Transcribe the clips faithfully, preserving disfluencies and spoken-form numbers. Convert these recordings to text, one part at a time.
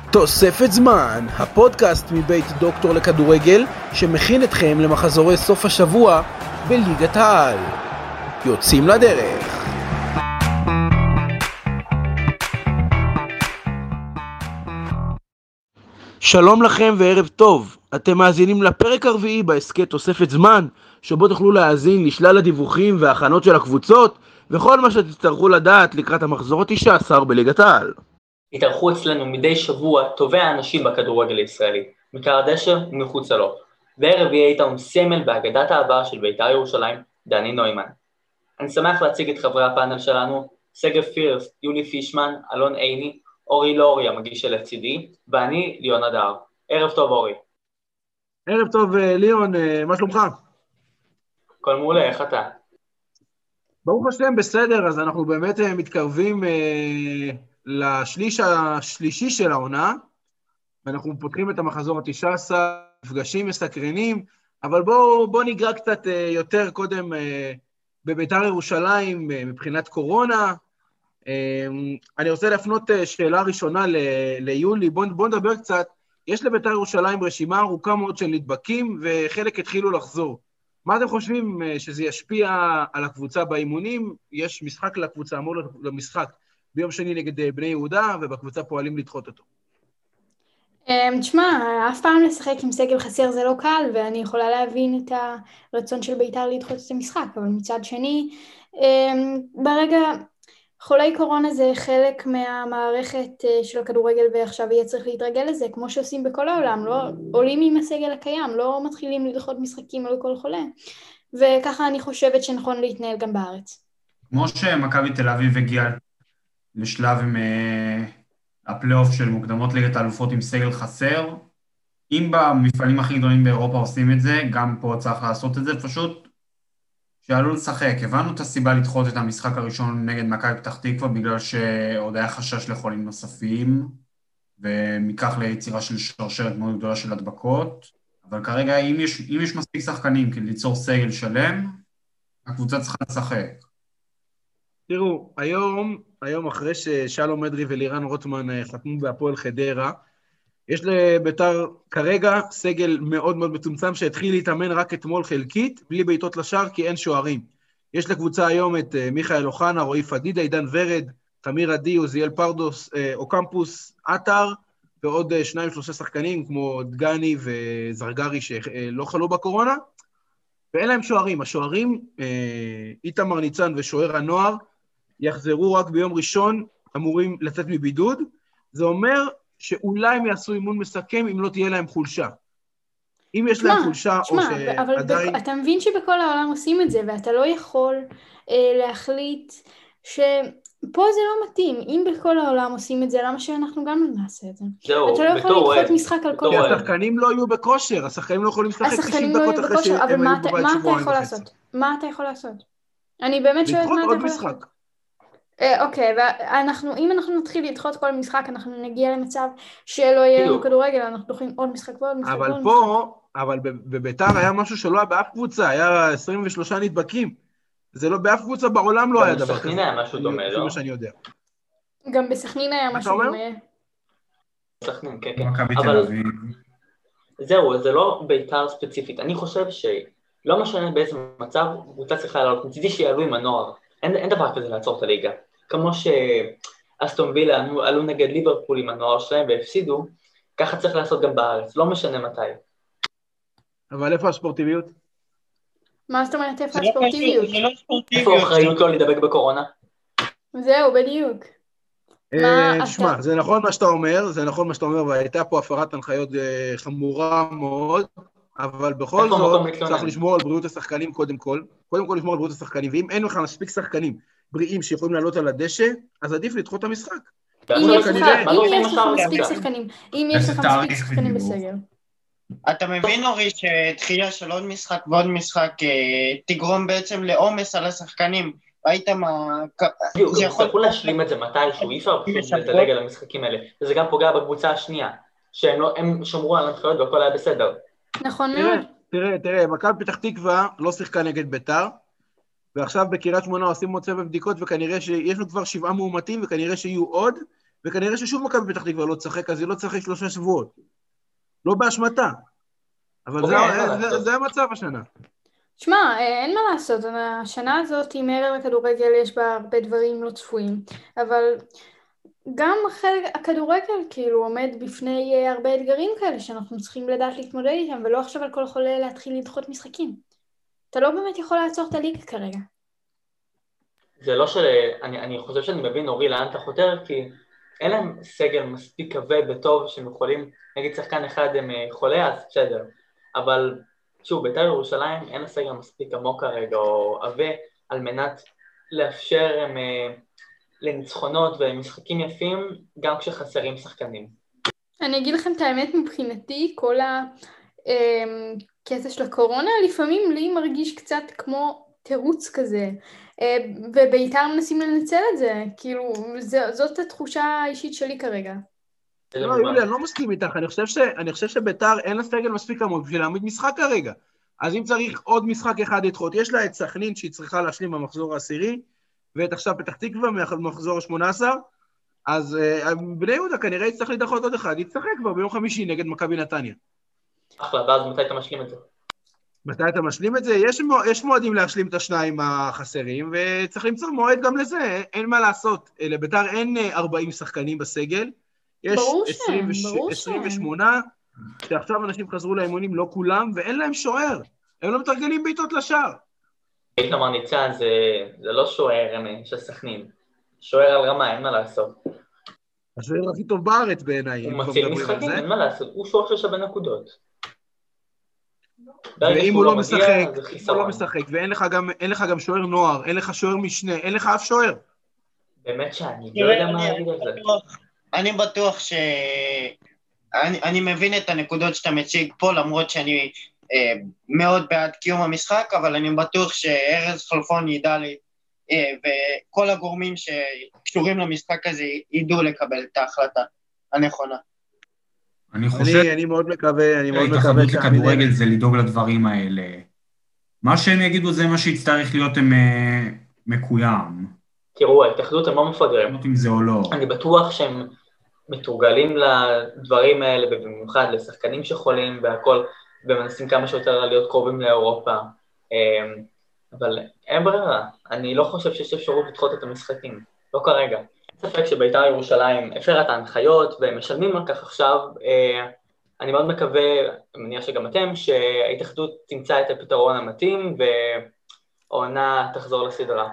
תוספת זמן, הפודקאסט מבית דוקטור לכדורגל שמכין אתכם למחזורי סוף השבוע בליגת העל. יוצאים לדרך. שלום לכם וערב טוב. אתם מאזינים לפרק הרביעי בהסכת תוספת זמן, שבו תוכלו להאזין לשלל הדיווחים וההכנות של הקבוצות וכל מה שתצטרכו לדעת לקראת המחזור ה-תשע עשרה בליגת העל. התארחו אצלנו מדי שבוע טובי האנשים בכדורגל הישראלי, מקר הדשא ומחוצה לו. בערב יהיה איתנו סמל באגדת העבר של בית"ר ירושלים, דני נוימן. אני שמח להציג את חברי הפאנל שלנו, שגב פירסט, יולי פישמן, אלון עיני, אורי לורי המגיש של לצידי, ואני ליאון הדר. ערב טוב אורי. ערב טוב ליאון, מה שלומך? כל מעולה, איך אתה? ברוך השם בסדר, אז אנחנו באמת מתקרבים לשליש השלישי של העונה, ואנחנו פותחים את המחזור ה-תשע עשרה, מפגשים מסקרנים, אבל בואו בוא ניגע קצת יותר קודם בבית"ר ירושלים מבחינת קורונה. אני רוצה להפנות שאלה ראשונה ליולי, בואו בוא נדבר קצת. יש לבית"ר ירושלים רשימה ארוכה מאוד של נדבקים, וחלק התחילו לחזור. מה אתם חושבים שזה ישפיע על הקבוצה באימונים? יש משחק לקבוצה, אמור למשחק ביום שני נגד בני יהודה, ובקבוצה פועלים לדחות אותו. תשמע, אף פעם לשחק עם סגל חסר זה לא קל, ואני יכולה להבין את הרצון של בית"ר לדחות את המשחק, אבל מצד שני, ברגע חולי קורונה זה חלק מהמערכת של הכדורגל, ועכשיו יהיה צריך להתרגל לזה, כמו שעושים בכל העולם, לא עולים עם הסגל הקיים, לא מתחילים לדחות משחקים על כל חולה, וככה אני חושבת שנכון להתנהל גם בארץ. כמו שמכבי תל אביב הגיעה לשלב עם הפלייאוף של מוקדמות ליגת האלופות עם סגל חסר, אם במפעלים הכי גדולים באירופה עושים את זה, גם פה צריך לעשות את זה, פשוט שעלו לשחק. הבנו את הסיבה לדחות את המשחק הראשון נגד מכבי פתח תקווה, בגלל שעוד היה חשש לחולים נוספים, ומכך ליצירה של שרשרת מאוד גדולה של הדבקות, אבל כרגע אם יש, אם יש מספיק שחקנים כדי ליצור סגל שלם, הקבוצה צריכה לשחק. תראו, היום, היום אחרי ששלום אדרי ולירן רוטמן חתמו בהפועל חדרה, יש לבית"ר כרגע סגל מאוד מאוד מצומצם שהתחיל להתאמן רק אתמול חלקית, בלי בעיטות לשער כי אין שוערים. יש לקבוצה היום את מיכאל אוחנה, רועי פדידה, עידן ורד, תמיר עדי, עוזיאל פרדוס, אוקמפוס, עטר, ועוד שניים שלושה שחקנים כמו דגני וזרגרי שלא חלו בקורונה, ואין להם שוערים. השוערים, איתמר ניצן ושוער הנוער, יחזרו רק ביום ראשון, אמורים לצאת מבידוד. זה אומר שאולי הם יעשו אימון מסכם אם לא תהיה להם חולשה. אם יש להם חולשה או שעדיין... אתה מבין שבכל העולם עושים את זה, ואתה לא יכול אה, להחליט שפה זה לא מתאים. אם בכל העולם עושים את זה, למה שאנחנו גם לא נעשה את זה? זהו, אתה לא יכול לדחות משחק על כל... כי השחקנים לא יהיו בכושר, השחקנים לא יכולים לשחק תשעים דקות אחרי שהם היו בבית שבועיים וחצי. אבל מה אתה יכול לעשות? מה אתה יכול לעשות? אני באמת שואלת מה אתה יכול לעשות. אוקיי, ואנחנו, אם אנחנו נתחיל לדחות כל משחק, אנחנו נגיע למצב שלא יהיה לנו כדורגל, אנחנו דוחים עוד משחק ועוד משחק ועוד משחק. אבל פה, אבל בבית"ר היה משהו שלא היה באף קבוצה, היה עשרים ושלושה נדבקים. זה לא, באף קבוצה בעולם לא היה דבר כזה. גם בסכנין היה משהו דומה, לא? זה מה שאני יודע. גם בסכנין היה משהו דומה. בסכנין, כן, כן. מכבי תל אביב. זהו, זה לא בית"ר ספציפית. אני חושב שלא משנה באיזה מצב, קבוצה צריכה לעלות, מצידי שיעלו עם הנוער. אין, אין דבר כזה לעצור את הליגה. כמו שאסטון וילה עלו, עלו נגד ליברפול עם הנוער שלהם והפסידו, ככה צריך לעשות גם בארץ, לא משנה מתי. אבל איפה הספורטיביות? מה זאת אומרת איפה הספורטיביות? איפה האחריות לא להידבק בקורונה? זהו, בדיוק. תשמע, זה נכון מה שאתה אומר, זה נכון מה שאתה אומר, והייתה פה הפרת הנחיות חמורה מאוד, אבל בכל זאת צריך לשמור על בריאות השחקנים קודם כל, קודם כל לשמור על בריאות השחקנים, ואם אין לך מספיק שחקנים בריאים שיכולים לעלות על הדשא, אז עדיף לדחות את המשחק. אם יש לך מספיק שחקנים, אם יש לך מספיק שחקנים בסגל. אתה מבין אורי שדחייה של עוד משחק ועוד משחק תגרום בעצם לעומס על השחקנים, ראית מה... זה יכול להשלים את זה מתישהו, אי אפשר פשוט לדלג על המשחקים האלה, וזה גם פוגע בקבוצה השנייה, שהם שמרו על הנחיות והכל היה בסדר. נכון מאוד. תראה, תראה, מכבי פתח תקווה לא שיחקה נגד בית"ר, ועכשיו בקריית שמונה עושים עוד סבב בדיקות, וכנראה שיש לנו כבר שבעה מאומתים, וכנראה שיהיו עוד, וכנראה ששוב מכבי פתח תקווה לא תשחק, אז היא לא תשחק שלושה שבועות. לא באשמתה. אבל זה, זה, זה המצב השנה. שמע, אין מה לעשות, השנה הזאת, מעבר לכדורגל, יש בה הרבה דברים לא צפויים, אבל גם חלק, הכדורגל כאילו עומד בפני הרבה אתגרים כאלה, שאנחנו צריכים לדעת להתמודד איתם, ולא עכשיו על כל חולה להתחיל לדחות משחקים. אתה לא באמת יכול לעצור את הליגה כרגע. זה לא של... אני, אני חושב שאני מבין, אורי, לאן אתה חותר, כי אין להם סגל מספיק כבד וטוב שהם יכולים, נגיד שחקן אחד הם חולה, אז בסדר. אבל שוב, בית"ר ירושלים אין הסגל מספיק עמוק כרגע, או עבה, על מנת לאפשר הם, לניצחונות ומשחקים יפים, גם כשחסרים שחקנים. אני אגיד לכם את האמת מבחינתי, כל הקטע של הקורונה, לפעמים לי מרגיש קצת כמו תירוץ כזה, ובית"ר מנסים לנצל את זה, כאילו, זאת התחושה האישית שלי כרגע. לא, יולי, אני לא מסכים איתך, אני חושב, ש... אני חושב שבית"ר אין לה סגל מספיק עמוק בשביל להעמיד משחק כרגע. אז אם צריך עוד משחק אחד לדחות, יש לה את סכנין שהיא צריכה להשלים במחזור העשירי, ואת עכשיו פתח תקווה במחזור ה-שמונה עשר, אז uh, בני יהודה כנראה יצטרך לדחות עוד אחד, יצטרך כבר ביום חמישי נגד מכבי נתניה. אחלה, ואז מתי אתה משלים את זה? מתי אתה משלים את זה? יש, יש מועדים להשלים את השניים החסרים, וצריך למצוא מועד גם לזה, אין מה לעשות. לבית"ר אין ארבעים שחקנים בסגל, יש עשרים, עשרים ושמונה, שעכשיו אנשים חזרו לאימונים, לא כולם, ואין להם שוער. הם לא מתרגלים בעיטות לשער. איתמר ניצן זה, זה לא שוער של סכנין. שוער על רמה, אין מה לעשות. השוער הכי טוב בארץ בעיניי. הוא מציל משחקים, אין מה לעשות. הוא שוער של שווה נקודות. ואם הוא לא משחק, הוא לא משחק, ואין לך גם, אין לך גם שוער נוער, אין לך שוער משנה, אין לך אף שוער. באמת שאני לא יודע מה להגיד על זה. אני בטוח ש... אני, אני מבין את הנקודות שאתה מציג פה, למרות שאני אה, מאוד בעד קיום המשחק, אבל אני בטוח שארז חלפון ידע לי, אה, וכל הגורמים שקשורים למשחק הזה ידעו לקבל את ההחלטה הנכונה. אני חושב... אני, אני מאוד מקווה, אני מאוד מקווה... ההתאחדות לכדורגל זה לדאוג לדברים האלה. מה שהם יגידו זה מה שיצטרך להיות הם, uh, מקוים. תראו, ההתאחדות הם לא מפגרים. לא אם זה או לא. אני בטוח שהם מתורגלים לדברים האלה, ובמיוחד לשחקנים שחולים והכל, ומנסים כמה שיותר להיות קרובים לאירופה. אבל אין ברירה. אני לא חושב שיש אפשרות לדחות את המשחקים. לא כרגע. ספק שבית"ר ירושלים הפרה את ההנחיות, והם משלמים על כך עכשיו. אני מאוד מקווה, אני מניח שגם אתם, שההתאחדות תמצא את הפתרון המתאים, והעונה תחזור לסדרה.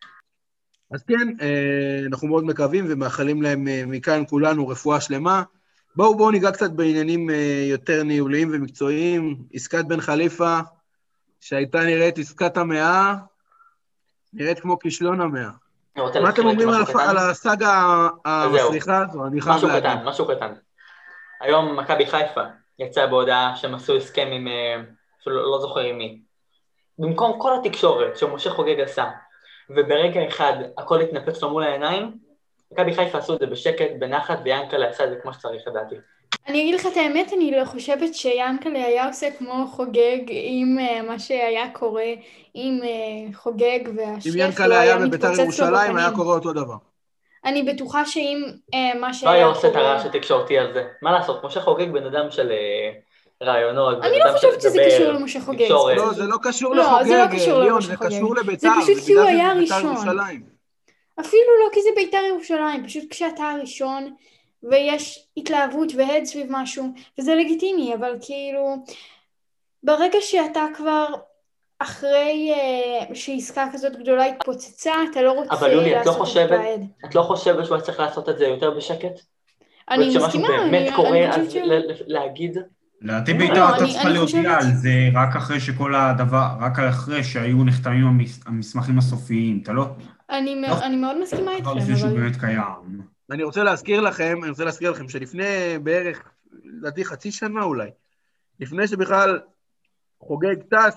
אז כן, אנחנו מאוד מקווים ומאחלים להם מכאן כולנו רפואה שלמה. בואו בואו ניגע קצת בעניינים יותר ניהוליים ומקצועיים. עסקת בן חליפה, שהייתה נראית עסקת המאה, נראית כמו כישלון המאה. מה אתם אומרים על הסאגה המסריחה הזו? אני חייב להגיד. משהו קטן, משהו קטן. היום מכבי חיפה יצאה בהודעה שהם עשו הסכם עם, אפילו לא זוכר עם מי. במקום כל התקשורת שמשה חוגג עשה, וברגע אחד הכל התנפץ לו מול העיניים, מכבי חיפה עשו את זה בשקט, בנחת, ויאנקל'ה עשה את זה כמו שצריך, לדעתי. אני אגיד לך את האמת, אני לא חושבת שיאנקל'ה היה עושה כמו חוגג עם מה שהיה קורה עם חוגג והשף לא היה מתפוצץ לו בפנים. אם יאנקל'ה היה בבית"ר ירושלים, היה קורה אותו דבר. אני בטוחה שאם מה שהיה קורה... לא היה עושה את הרעש התקשורתי על זה. מה לעשות, משה חוגג בן אדם של רעיונות. אני לא חושבת שזה קשור למשה חוגג. לא, זה לא קשור לחוגג, ליון, זה קשור לבית"ר. זה פשוט כי הוא היה הראשון. אפילו לא כי זה בית"ר ירושלים, פשוט כשאתה הראשון, ויש התלהבות והד סביב משהו, וזה לגיטימי, אבל כאילו, ברגע שאתה כבר אחרי uh, שעסקה כזאת גדולה התפוצצה, אתה לא רוצה אבל יולי, לעשות את לא חושבת, את, את לא חושבת שהוא צריך לעשות את זה יותר בשקט? אני מסכימה, כשמשהו באמת קורה, אז להגיד... לדעתי בית"ר אתה צריכה להודיע על זה רק אחרי שכל הדבר, רק אחרי שהיו נחתמים המסמכים הסופיים, אתה לא... אני מאוד מסכימה איתכם, אבל... לפני שהוא באמת קיים. אני רוצה להזכיר לכם, אני רוצה להזכיר לכם שלפני בערך, לדעתי חצי שנה אולי, לפני שבכלל חוגג טס,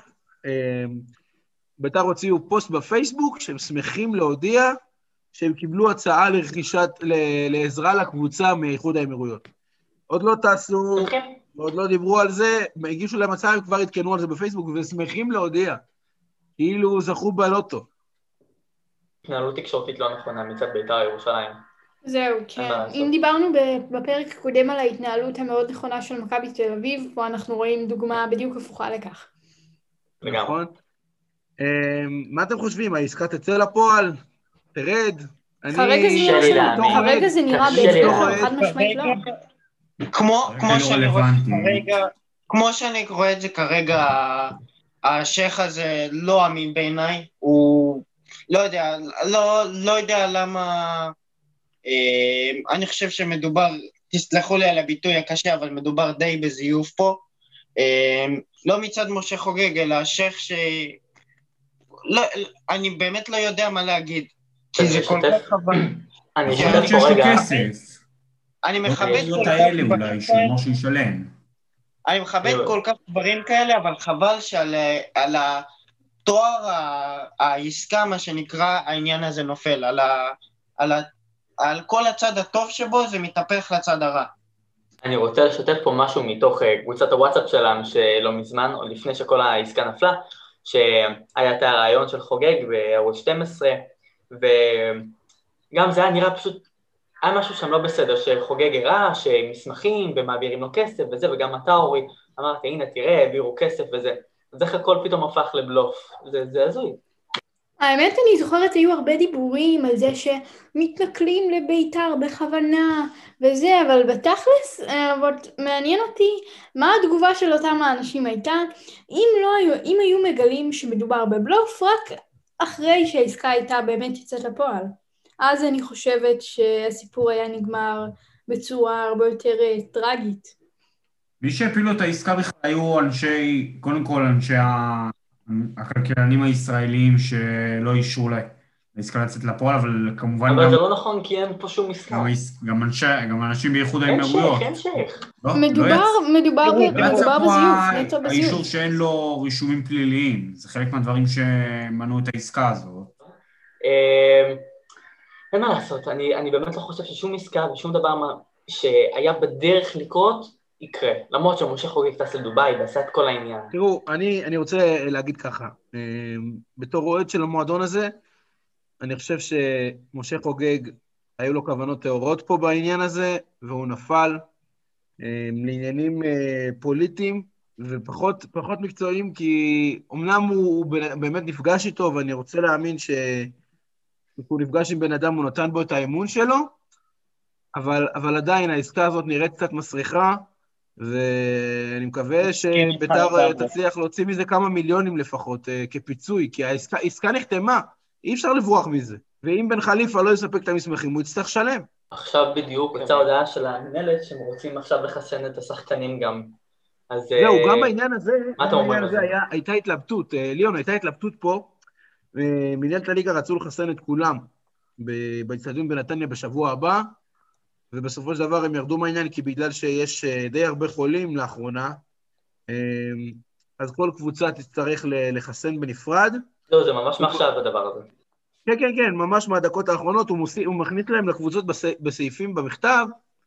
בית"ר הוציאו פוסט בפייסבוק שהם שמחים להודיע שהם קיבלו הצעה לרכישת, לעזרה לקבוצה מאיחוד האמירויות. עוד לא טסו, עוד לא דיברו על זה, הגישו להם הצעה, הם כבר התקנו על זה בפייסבוק, ושמחים להודיע, כאילו זכו בלוטו. התנהלות תקשורתית לא נכונה מצד בית"ר ירושלים. זהו, כן. אם דיברנו בפרק הקודם על ההתנהלות המאוד נכונה של מכבי תל אביב, פה אנחנו רואים דוגמה בדיוק הפוכה לכך. נכון. מה אתם חושבים? העסקה תצא לפועל? תרד? כרגע זה נראה בלתי, חד משמעית לא. כמו שאני רואה את זה כרגע, השייך הזה לא אמין בעיניי, הוא לא יודע, לא יודע למה, אני חושב שמדובר, תסלחו לי על הביטוי הקשה, אבל מדובר די בזיוף פה, לא מצד משה חוגג, אלא השייך ש... אני באמת לא יודע מה להגיד, כי זה כל כך חבל. אני חושב שיש לו כסף. אני מכבד כל כך אולי, שלמה שישלם. אני מכבד כל כך דברים כאלה, אבל חבל שעל התואר העסקה, מה שנקרא, העניין הזה נופל. על כל הצד הטוב שבו זה מתהפך לצד הרע. אני רוצה לשתף פה משהו מתוך קבוצת הוואטסאפ שלנו, שלא מזמן, או לפני שכל העסקה נפלה, שהיה את הרעיון של חוגג בערוץ שתים עשרה, וגם זה היה נראה פשוט, היה משהו שם לא בסדר, שחוגג הראה, שמסמכים ומעבירים לו כסף וזה, וגם אתה אורי, אמרתי, הנה תראה, העבירו כסף וזה, אז איך הכל פתאום הפך לבלוף, זה, זה הזוי. האמת אני זוכרת, היו הרבה דיבורים על זה שמתנכלים לביתר בכוונה וזה, אבל בתכלס, מעניין אותי מה התגובה של אותם האנשים הייתה, אם לא היו, אם היו מגלים שמדובר בבלוף, רק אחרי שהעסקה הייתה באמת יצאת לפועל. אז אני חושבת שהסיפור היה נגמר בצורה הרבה יותר טרגית. מי שהפילו את העסקה בכלל היו אנשי, קודם כל אנשי הכלכלנים הישראלים שלא אישרו להם העסקה לצאת לפועל, אבל כמובן אבל זה לא נכון כי אין פה שום עסקה. גם אנשים בייחוד האמירויות. אין שייך, אין שייך. מדובר בזיוף, נטו בזיוף. האישור שאין לו רישומים פליליים, זה חלק מהדברים שמנעו את העסקה הזאת. אין מה לעשות, אני, אני באמת לא חושב ששום עסקה ושום דבר מה שהיה בדרך לקרות יקרה, למרות שמשה חוגג טס לדובאי ועשה את כל העניין. תראו, אני, אני רוצה להגיד ככה, בתור אוהד של המועדון הזה, אני חושב שמשה חוגג, היו לו כוונות טהורות פה בעניין הזה, והוא נפל לעניינים פוליטיים, ופחות פחות מקצועיים, כי אמנם הוא באמת נפגש איתו, ואני רוצה להאמין ש... הוא נפגש עם בן אדם, הוא נתן בו את האמון שלו, אבל, אבל עדיין העסקה הזאת נראית קצת מסריחה, ואני מקווה שביתר תצליח להוציא מזה כמה מיליונים לפחות, כפיצוי, כי העסקה, העסקה נחתמה, אי אפשר לברוח מזה, ואם בן חליפה לא יספק את המסמכים, הוא יצטרך שלם. עכשיו בדיוק, יצאה הודעה של המנהלת, שהם רוצים עכשיו לחסן את השחקנים גם. אז... זהו, גם בעניין הזה, מה אתה אומר לזה? הייתה התלבטות, ליאון, הייתה התלבטות פה, מנהלת הליגה רצו לחסן את כולם באצטדיון בנתניה בשבוע הבא, ובסופו של דבר הם ירדו מהעניין, כי בגלל שיש די הרבה חולים לאחרונה, אז כל קבוצה תצטרך לחסן בנפרד. לא, זה ממש מעכשיו הדבר הזה. כן, כן, כן, ממש מהדקות האחרונות, הוא, מוסיף, הוא מכניס להם לקבוצות בסעיפים במכתב,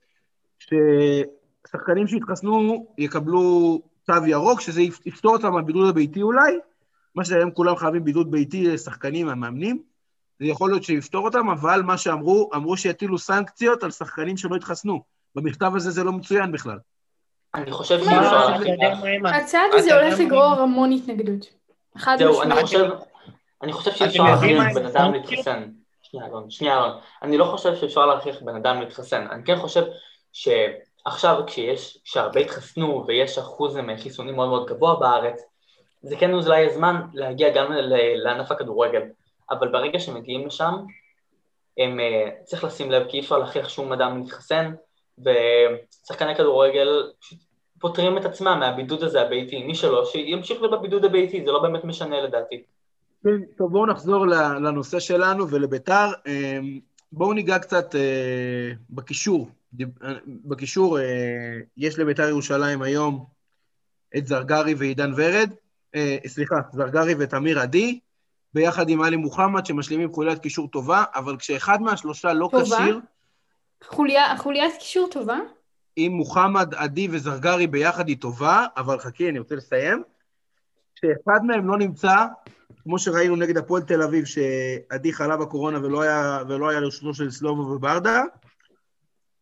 ששחקנים שהתחסנו יקבלו תו ירוק, שזה יפתור אותם מהבידוד הביתי אולי, מה שהם כולם חייבים בידוד ביתי לשחקנים המאמנים, זה יכול להיות שיפתור אותם, אבל מה שאמרו, אמרו שיטילו סנקציות על שחקנים שלא התחסנו. במכתב הזה זה לא מצוין בכלל. אני חושב שאפשר... הצעד הזה הולך לגרור המון התנגדות. זהו, אני חושב שאפשר להכריח בן אדם להתחסן. שנייה, אלון, שנייה, אלון. אני לא חושב שאפשר להכריח בן אדם להתחסן. אני כן חושב שעכשיו כשיש, כשהרבה התחסנו ויש אחוז חיסונים מאוד מאוד גבוה בארץ, זה כן אולי הזמן להגיע גם לענף הכדורגל, אבל ברגע שמגיעים לשם, הם צריך לשים לב, כי אי אפשר להכריח שום אדם להתחסן, ושחקני כדורגל פותרים את עצמם מהבידוד הזה הביתי, מי שלא, שימשיך בבידוד הביתי, זה לא באמת משנה לדעתי. כן, טוב, בואו נחזור לנושא שלנו ולביתר, בואו ניגע קצת בקישור, בקישור יש לביתר ירושלים היום את זרגרי ועידן ורד, סליחה, זרגרי ותמיר עדי, ביחד עם אלי מוחמד שמשלימים חוליית קישור טובה, אבל כשאחד מהשלושה לא כשיר... חוליה, חוליית קישור טובה? עם מוחמד, עדי וזרגרי ביחד היא טובה, אבל חכי, אני רוצה לסיים. כשאחד מהם לא נמצא, כמו שראינו נגד הפועל תל אביב, שעדי חלה בקורונה ולא היה, ולא היה לרשותו של סלובו וברדה,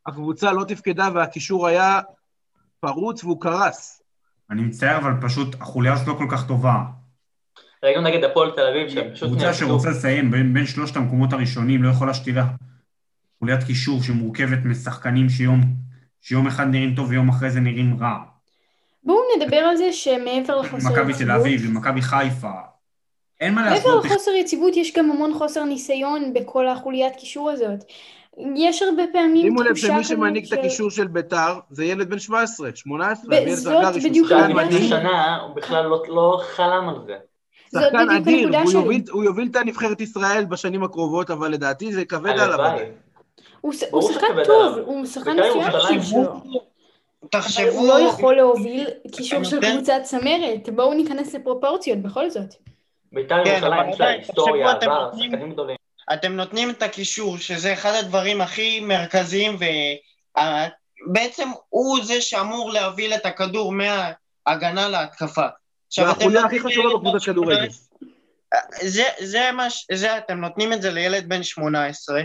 הקבוצה לא תפקדה והקישור היה פרוץ והוא קרס. אני מצטער, אבל פשוט החוליה הזאת לא כל כך טובה. ראינו נגד הפועל תל אביב שהם פשוט קבוצה שרוצה לסיים בין, בין שלושת המקומות הראשונים, לא יכולה שתראה חוליית קישור שמורכבת משחקנים שיום, שיום אחד נראים טוב ויום אחרי זה נראים רע. בואו נדבר על זה שמעבר לחוסר יציבות... מכבי תל אביב ומכבי חיפה. אין מה מעבר לעשות. לחוסר יציבות יש גם המון חוסר ניסיון בכל החוליית קישור הזאת. יש הרבה פעמים שימו לב תחושה שמי כזאת שמעניק של- את הקישור של ביתר זה ילד בן שבע עשרה, שמונה עשרה, אביאל וזאת זרגרי, שהוא בדיוק שחקן הנקודה לפני מדהים, שלי. שנה הוא בכלל לא, לא חלם על זה. זאת שחקן בדיוק אדיר, הנקודה והוא שלי. יוביל- הוא יוביל את הנבחרת ישראל בשנים הקרובות, אבל לדעתי זה כבד עליו. הלוואי. עדיין. הוא ש- הוא ברור שחקן שכבד טוב, עליו. הוא שחקן בית"ר מצוין ירושלים. בסוג שלו. אבל תחשבו, הוא לא יכול להוביל קישור אתה של נותן- קבוצת צמרת. בואו ניכנס לפרופורציות בכל זאת. בית"ר כן, ירושלים אבל יש לה עדיין, היסטוריה, תחשבו, אתם עבר, נותנים- שחקנים גדולים. אתם נותנים את הקישור, שזה אחד הדברים הכי מרכזיים, ובעצם הוא זה שאמור להוביל את הכדור מההגנה להתקפה. עכשיו, אתם והחוליה הכי נותנים חשובה לילד בקבוצת בן כדורגל. שמונה עשרה, זה, זה מה, ש- זה אתם נותנים את זה לילד בן שמונה עשרה,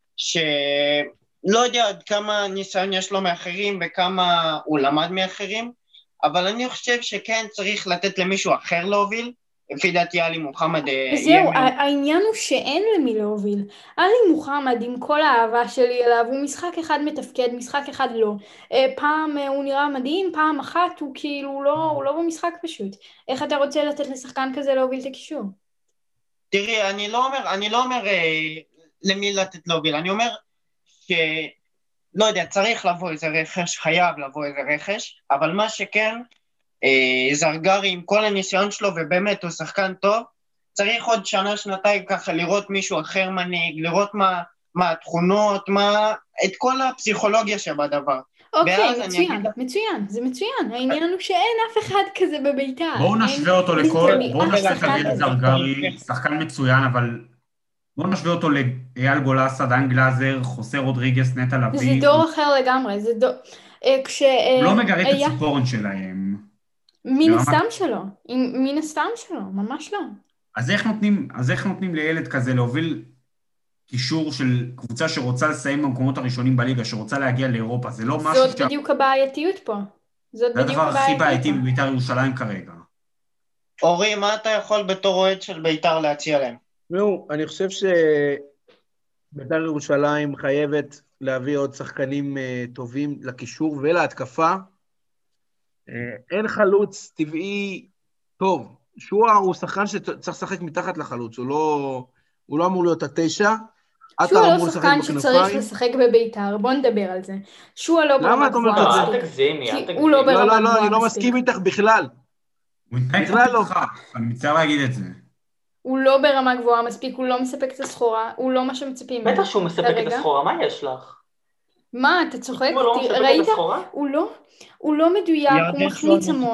שלא יודע עד כמה ניסיון יש לו מאחרים וכמה הוא למד מאחרים, אבל אני חושב שכן צריך לתת למישהו אחר להוביל, לפי דעתי עלי מוחמד אה, יהיה וזהו, מאוד- ה- העניין הוא שאין למי להוביל. עלי מוחמד, עם כל האהבה שלי אליו, הוא משחק אחד מתפקד, משחק אחד לא. אה, פעם אה, הוא נראה מדהים, פעם אחת הוא כאילו לא, הוא לא במשחק פשוט. איך אתה רוצה לתת לשחקן כזה להוביל את הקישור? תראי, אני לא אומר, אני לא אומר אה, למי לתת להוביל, אני אומר ש... לא יודע, צריך לבוא איזה רכש, חייב לבוא איזה רכש, אבל מה שכן, אה, זרגרי עם כל הניסיון שלו, ובאמת הוא שחקן טוב, צריך עוד שנה, שנתיים ככה לראות מישהו אחר מנהיג, לראות מה, מה התכונות, מה... את כל הפסיכולוגיה שבדבר. אוקיי, ואז אני מצוין, אגיד לך- מצוין, זה מצוין. העניין הוא שאין אף אחד כזה בביתר. בואו אין נשווה אותו לכל, ליטרלי בואו אף נשווה את שחקן אביאל כזה. זרגרי, שחקן מצוין, אבל בואו נשווה אותו לאייל גולסה, דן גלאזר, חוסה רודריגס, נטע זה לביא. דור אחר לגמרי, זה דור... אה, כש... אה, הוא לא מגרד את היה- הציפורן שלהם. מן ברמה- הסתם שלו, עם- מן הסתם שלו, ממש לא. אז איך נותנים, אז איך נותנים לילד כזה להוביל קישור של קבוצה שרוצה לסיים במקומות הראשונים בליגה, שרוצה להגיע לאירופה? זה לא משהו זאת ש... בדיוק הבעייתיות פה. זאת זה בדיוק הדבר הכי בעייתי הבעייתיות פה. בבית"ר ירושלים כרגע. אורי, מה אתה יכול בתור אוהד של בית"ר להציע להם? תשמעו, אני חושב שבית"ר ירושלים חייבת להביא עוד שחקנים אה, טובים לקישור ולהתקפה. אה, אין חלוץ טבעי טוב. שועה הוא שחקן שצריך לשחק מתחת לחלוץ, הוא לא, הוא לא אמור להיות התשע. עטר שועה אמור לא לשחק שחקן שצריך בכנפיים. לשחק בבית"ר, בוא נדבר על זה. שועה לא למה ברמה את אומרת גבוהה את זה? לא, אל מספיק. תגזימי, אל כי תגזימי. הוא לא לא, ברמה לא, לא, גבוהה אני לא מספיק. מסכים איתך בכלל. הוא מתנהג בכלל לא. כפתיחה, אני מצטער להגיד את זה. הוא לא ברמה גבוהה מספיק, הוא לא מספק את הסחורה, הוא לא מה שמצפים ממנו. בטח שהוא מספק את כרגע. הסחורה, מה יש לך? מה, אתה צוחק? הוא לא תראה, מספק את ראית? הסחורה? הוא לא, הוא לא מדויק, הוא מחמיץ המון.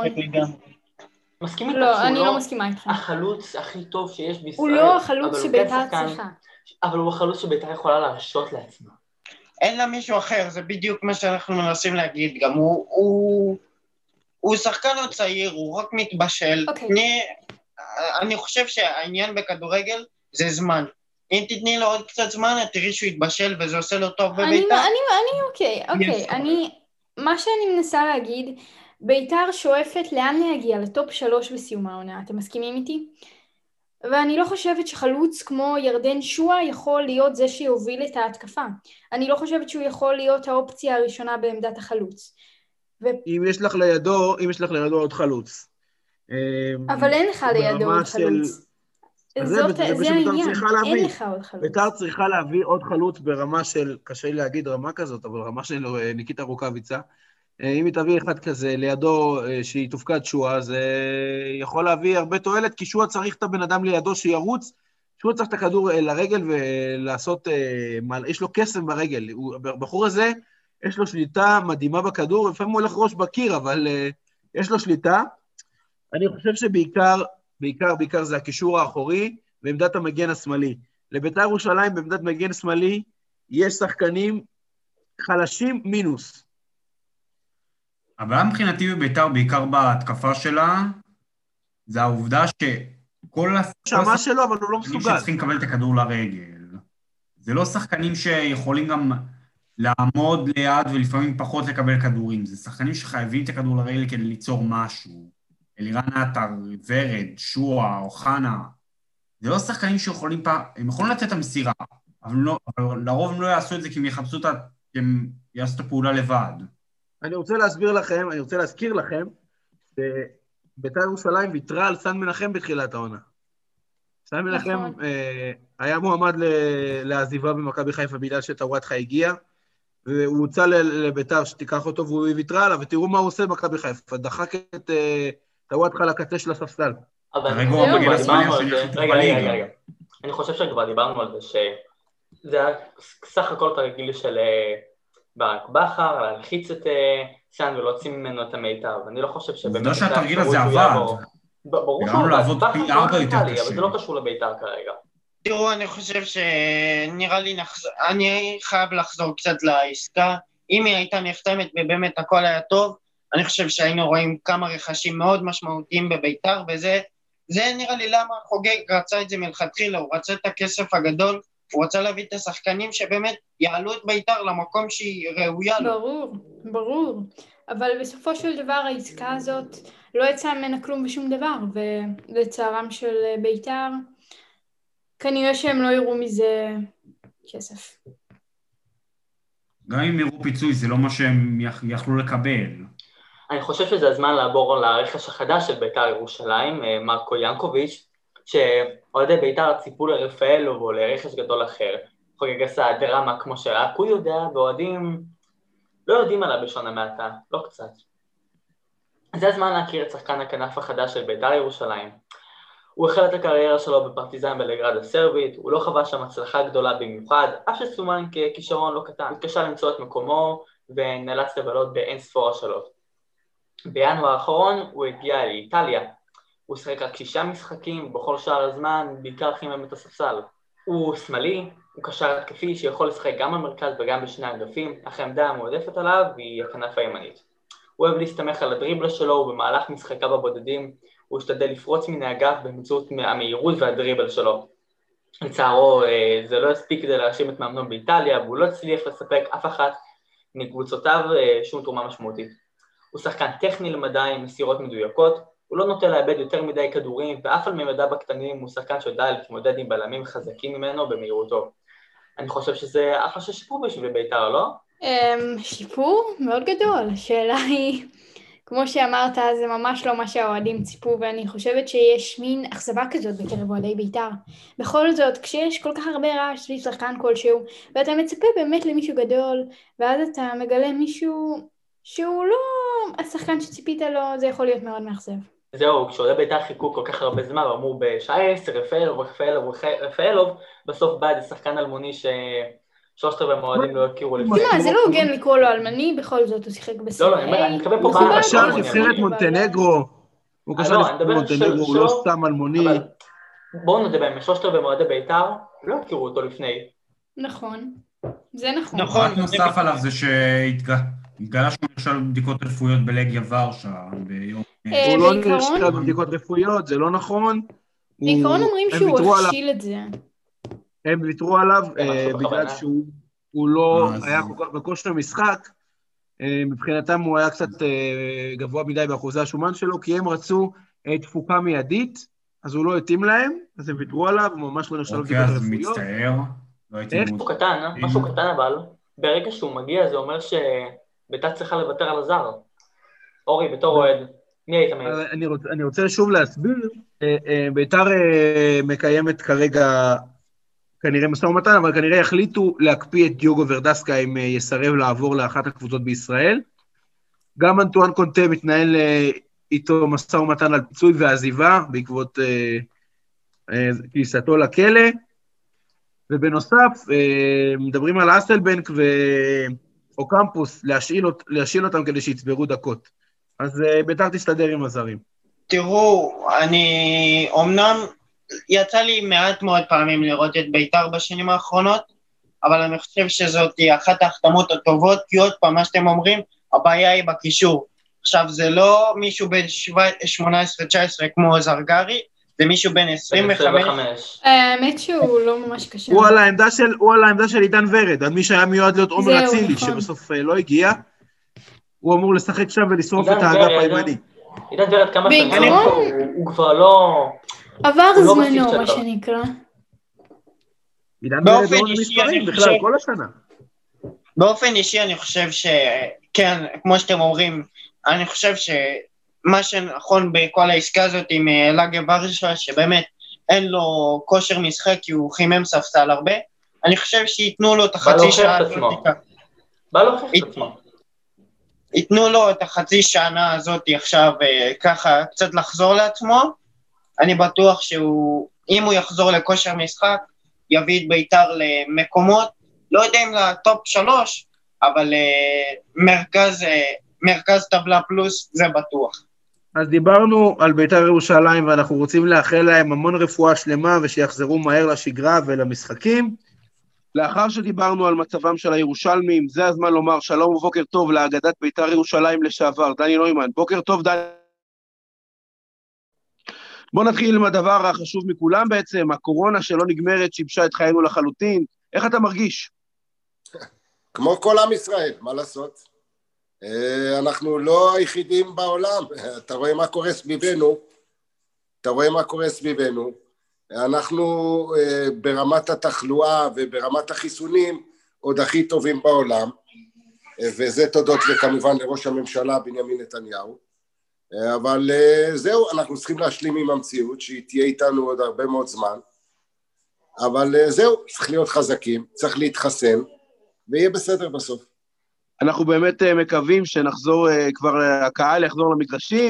מסכים איתך לא, שהוא אני לא לא מסכימה איתך. החלוץ הכי טוב שיש בישראל. הוא לא החלוץ אבל הוא שבית"ר כן שחקן- צריכה. אבל הוא החלוץ שבית"ר יכולה להרשות לעצמה. אין לה מישהו אחר, זה בדיוק מה שאנחנו מנסים להגיד, גם הוא, הוא, הוא שחקן עוד צעיר, הוא רק מתבשל. אוקיי. אני, אני חושב שהעניין בכדורגל זה זמן. אם תתני לו עוד קצת זמן, את תראי שהוא יתבשל וזה עושה לו טוב אני, בבית"ר. אני, אני, אוקיי, אוקיי, Yes. אני, מה שאני מנסה להגיד, בית"ר שואפת לאן להגיע, לטופ שלוש בסיום העונה, אתם מסכימים איתי? ואני לא חושבת שחלוץ כמו ירדן שועה יכול להיות זה שיוביל את ההתקפה. אני לא חושבת שהוא יכול להיות האופציה הראשונה בעמדת החלוץ. אם יש לך לידו, אם יש לך לידו עוד חלוץ. אבל אין לך לידו ברמה עוד של- חלוץ. אז זה- זאת, זה זה מה שבית"ר העניין, צריכה אין להביא. לך עוד חלוץ. בית"ר צריכה להביא עוד חלוץ ברמה של, קשה לי להגיד רמה כזאת, אבל רמה של אה, ניקיטה רוקאביצה. אה, אם היא תביא אחד כזה לידו אה, שהיא תופקד שועה, זה יכול להביא הרבה תועלת, כי שועה צריך את הבן אדם לידו שירוץ, שועה צריך את הכדור אה, לרגל ולעשות, אה, מעל- יש לו קסם ברגל. הוא- הבחור הזה, יש לו שליטה מדהימה בכדור, לפעמים הוא הולך ראש בקיר, אבל אה, יש לו שליטה. אני חושב שבעיקר, בעיקר, בעיקר זה הקישור האחורי בעמדת המגן השמאלי. לבית"ר ירושלים בעמדת מגן שמאלי יש שחקנים חלשים מינוס. הבעיה מבחינתי בבית"ר, בעיקר בהתקפה שלה, זה העובדה שכל הס- כל שמה שלו, אבל הוא לא השחקנים מסוגל. שצריכים לקבל את הכדור לרגל. זה לא שחקנים שיכולים גם לעמוד ליד ולפעמים פחות לקבל כדורים. זה שחקנים שחייבים את הכדור לרגל כדי ליצור משהו. אלירן עטר, ורד, שועה, אוחנה. זה לא שחקנים שיכולים פעם, הם יכולים לתת את המסירה, אבל, לא, אבל לרוב הם לא יעשו את זה כי הם יחפשו את ה... כי הם יעשו את הפעולה לבד. אני רוצה להסביר לכם, אני רוצה להזכיר לכם, שבית"ר ירושלים ויתרה על סן מנחם בתחילת העונה. סן מנחם אה, היה מועמד לעזיבה במכבי חיפה בגלל שטוואטחה הגיע, והוא הוצא לבית"ר שתיקח אותו והוא ויתרה עליו, ותראו מה הוא עושה במכבי חיפה, דחק את אה, טוואטחה לקצה של הספסל. רגע הוא המגן השמאלי השני הכי טוב בליגה. אני חושב שכבר דיברנו על זה, שזה היה סך הכל תרגיל של ברק בכר, להלחיץ את סן ולהוציא ממנו את המיטב. אני לא חושב שבאמת... עובדה שהתרגיל הזה עבד. ברור שהוא עבד, בכר לא נתן, אבל זה לא קשור לבית"ר כרגע. תראו, אני חושב שנראה לי נחזור, אני חייב לחזור קצת לעסקה. אם היא הייתה נחתמת ובאמת הכל היה טוב, אני חושב שהיינו רואים כמה רכשים מאוד משמעותיים בבית"ר, וזה זה נראה לי למה חוגג רצה את זה מלכתחילה, הוא רצה את הכסף הגדול, הוא רצה להביא את השחקנים שבאמת יעלו את בית"ר למקום שהיא ראויה לו. ברור, ברור. אבל בסופו של דבר העסקה הזאת לא יצאה ממנה כלום בשום דבר, ולצערם של בית"ר, כנראה שהם לא יראו מזה כסף. גם אם יראו פיצוי, זה לא מה שהם יכלו לקבל. אני חושב שזה הזמן לעבור לרכש החדש של בית"ר ירושלים, מרקו ינקוביץ', שאוהדי בית"ר ציפו לרפאלוב או לרכש גדול אחר. חוגג עשה דרמה כמו שרק הוא יודע, ואוהדים לא יודעים עליו בלשון המעטה, לא קצת. זה הזמן להכיר את שחקן הכנף החדש של בית"ר ירושלים. הוא החל את הקריירה שלו בפרטיזן בלגרד הסרבית, הוא לא חווה שם הצלחה גדולה במיוחד, אף שסומן ככישרון לא קטן. הוא התקשה למצוא את מקומו ונאלץ לבלות באין ספור השאלות. בינואר האחרון הוא הגיע לאיטליה, הוא שחק רק שישה משחקים, בכל שער הזמן, בעיקר חימם את הספסל. הוא שמאלי, הוא קשר התקפי שיכול לשחק גם במרכז וגם בשני האגפים, אך העמדה המועדפת עליו היא הכנף הימנית. הוא אוהב להסתמך על הדריבלה שלו, ובמהלך משחקיו הבודדים הוא השתדל לפרוץ מן האגף באמצעות המהירות והדריבל שלו. לצערו זה לא הספיק כדי להאשים את מאמנו באיטליה, והוא לא הצליח לספק אף אחת מקבוצותיו שום תרומה משמעותית. הוא שחקן טכני למדי עם מסירות מדויקות, הוא לא נוטה לאבד יותר מדי כדורים, ואף על ממדיו הקטנים הוא שחקן שיודע להתמודד עם בלמים חזקים ממנו במהירותו. אני חושב שזה אחלה של שיפור בשביל בית"ר, לא? שיפור מאוד גדול. השאלה היא, כמו שאמרת, זה ממש לא מה שהאוהדים ציפו, ואני חושבת שיש מין אכזבה כזאת בקרב אוהדי בית"ר. בכל זאת, כשיש כל כך הרבה רעש סביב שחקן כלשהו, ואתה מצפה באמת למישהו גדול, ואז אתה מגלה מישהו שהוא לא השחקן שציפית לו, זה יכול להיות מאוד מאכזב. זהו, כשאוהדי בית"ר חיכו כל כך הרבה זמן, ואמרו בשעה עשר, רפאלוב, רפאלוב, רפאלוב, בסוף בא איזה שחקן אלמוני ששלושת רבעי מהאוהדים לא הכירו לפני. תשמע, זה לא הוגן לקרוא לו אלמני, בכל זאת הוא שיחק בסרט. לא, לא, אני מקווה פה... הוא קשר נבחרת מונטנגרו, הוא קשר נבחרת מונטנגרו, הוא לא סתם אלמוני. בואו נדבר, משלושת רבעי מהאוהדי בית"ר לא הכירו אותו לפני. נכון, זה נכון. רק נוסף עליו זה שהתגלה שהוא נכשל בבדיקות רפואיות בלגיה ורשה ביום... הוא לא נכשל בבדיקות רפואיות, זה לא נכון. בעיקרון אומרים שהוא הכשיל את זה. הם ויתרו עליו בגלל שהוא לא היה כל כך בכושר משחק, מבחינתם הוא היה קצת גבוה מדי באחוזי השומן שלו, כי הם רצו תפוקה מיידית, אז הוא לא התאים להם, אז הם ויתרו עליו, הוא ממש לא נכשל בבדיקות רפואיות. אוקיי, אז מצטער. משהו קטן, משהו קטן אבל, ברגע שהוא מגיע זה אומר שבית"ר צריכה לוותר על הזר. אורי, בתור אוהד, מי היית מעיד? אני רוצה שוב להסביר, בית"ר מקיימת כרגע, כנראה משא ומתן, אבל כנראה יחליטו להקפיא את דיוגו ורדסקה אם יסרב לעבור לאחת הקבוצות בישראל. גם אנטואן קונטה מתנהל איתו משא ומתן על פיצוי ועזיבה, בעקבות כניסתו לכלא, ובנוסף, מדברים על אסלבנק ואוקמפוס, להשאיל אותם כדי שיצברו דקות. אז בית"ר תסתדר עם הזרים. תראו, אני אומנם יצא לי מעט מאוד פעמים לראות את בית"ר בשנים האחרונות, אבל אני חושב שזאת אחת ההחתמות הטובות, כי עוד פעם, מה שאתם אומרים, הבעיה היא בקישור. עכשיו, זה לא מישהו ב-שמונה עשרה תשע עשרה כמו זרגרי, זה מישהו בין עשרים וחמש. האמת שהוא לא ממש קשה. הוא על העמדה של עידן ורד, על מי שהיה מיועד להיות עומר אצילי, שבסוף לא הגיע. הוא אמור לשחק שם ולשרוף את האגף הימני. עידן ורד כמה שנים הוא כבר לא... עבר זמנו, מה שנקרא. עידן ורד לא מספרים בכלל, כל השנה. באופן אישי אני חושב שכן, כמו שאתם אומרים, אני חושב שמה שנכון בכל העסקה הזאת עם לגה ברשה, שבאמת אין לו כושר משחק כי הוא חימם ספסל הרבה, אני חושב שיתנו לו את החצי שעה. בא להוכיח את עצמו. ייתנו לו את החצי שנה הזאת עכשיו ככה קצת לחזור לעצמו, אני בטוח שהוא, אם הוא יחזור לכושר משחק, יביא את ביתר למקומות, לא יודע אם לטופ שלוש, אבל מרכז, מרכז טבלה פלוס, זה בטוח. אז דיברנו על ביתר ירושלים, ואנחנו רוצים לאחל להם המון רפואה שלמה, ושיחזרו מהר לשגרה ולמשחקים. לאחר שדיברנו על מצבם של הירושלמים, זה הזמן לומר שלום ובוקר טוב לאגדת ביתר ירושלים לשעבר, דני נוימן. בוקר טוב, דני. בוא נתחיל עם הדבר החשוב מכולם בעצם, הקורונה שלא נגמרת, שיבשה את חיינו לחלוטין. איך אתה מרגיש? כמו כל עם ישראל, מה לעשות? אנחנו לא היחידים בעולם, אתה רואה מה קורה סביבנו, אתה רואה מה קורה סביבנו, אנחנו ברמת התחלואה וברמת החיסונים עוד הכי טובים בעולם, וזה תודות וכמובן לראש הממשלה בנימין נתניהו, אבל זהו, אנחנו צריכים להשלים עם המציאות שהיא תהיה איתנו עוד הרבה מאוד זמן, אבל זהו, צריך להיות חזקים, צריך להתחסן, ויהיה בסדר בסוף. אנחנו באמת מקווים שנחזור כבר, הקהל יחזור למגרשים,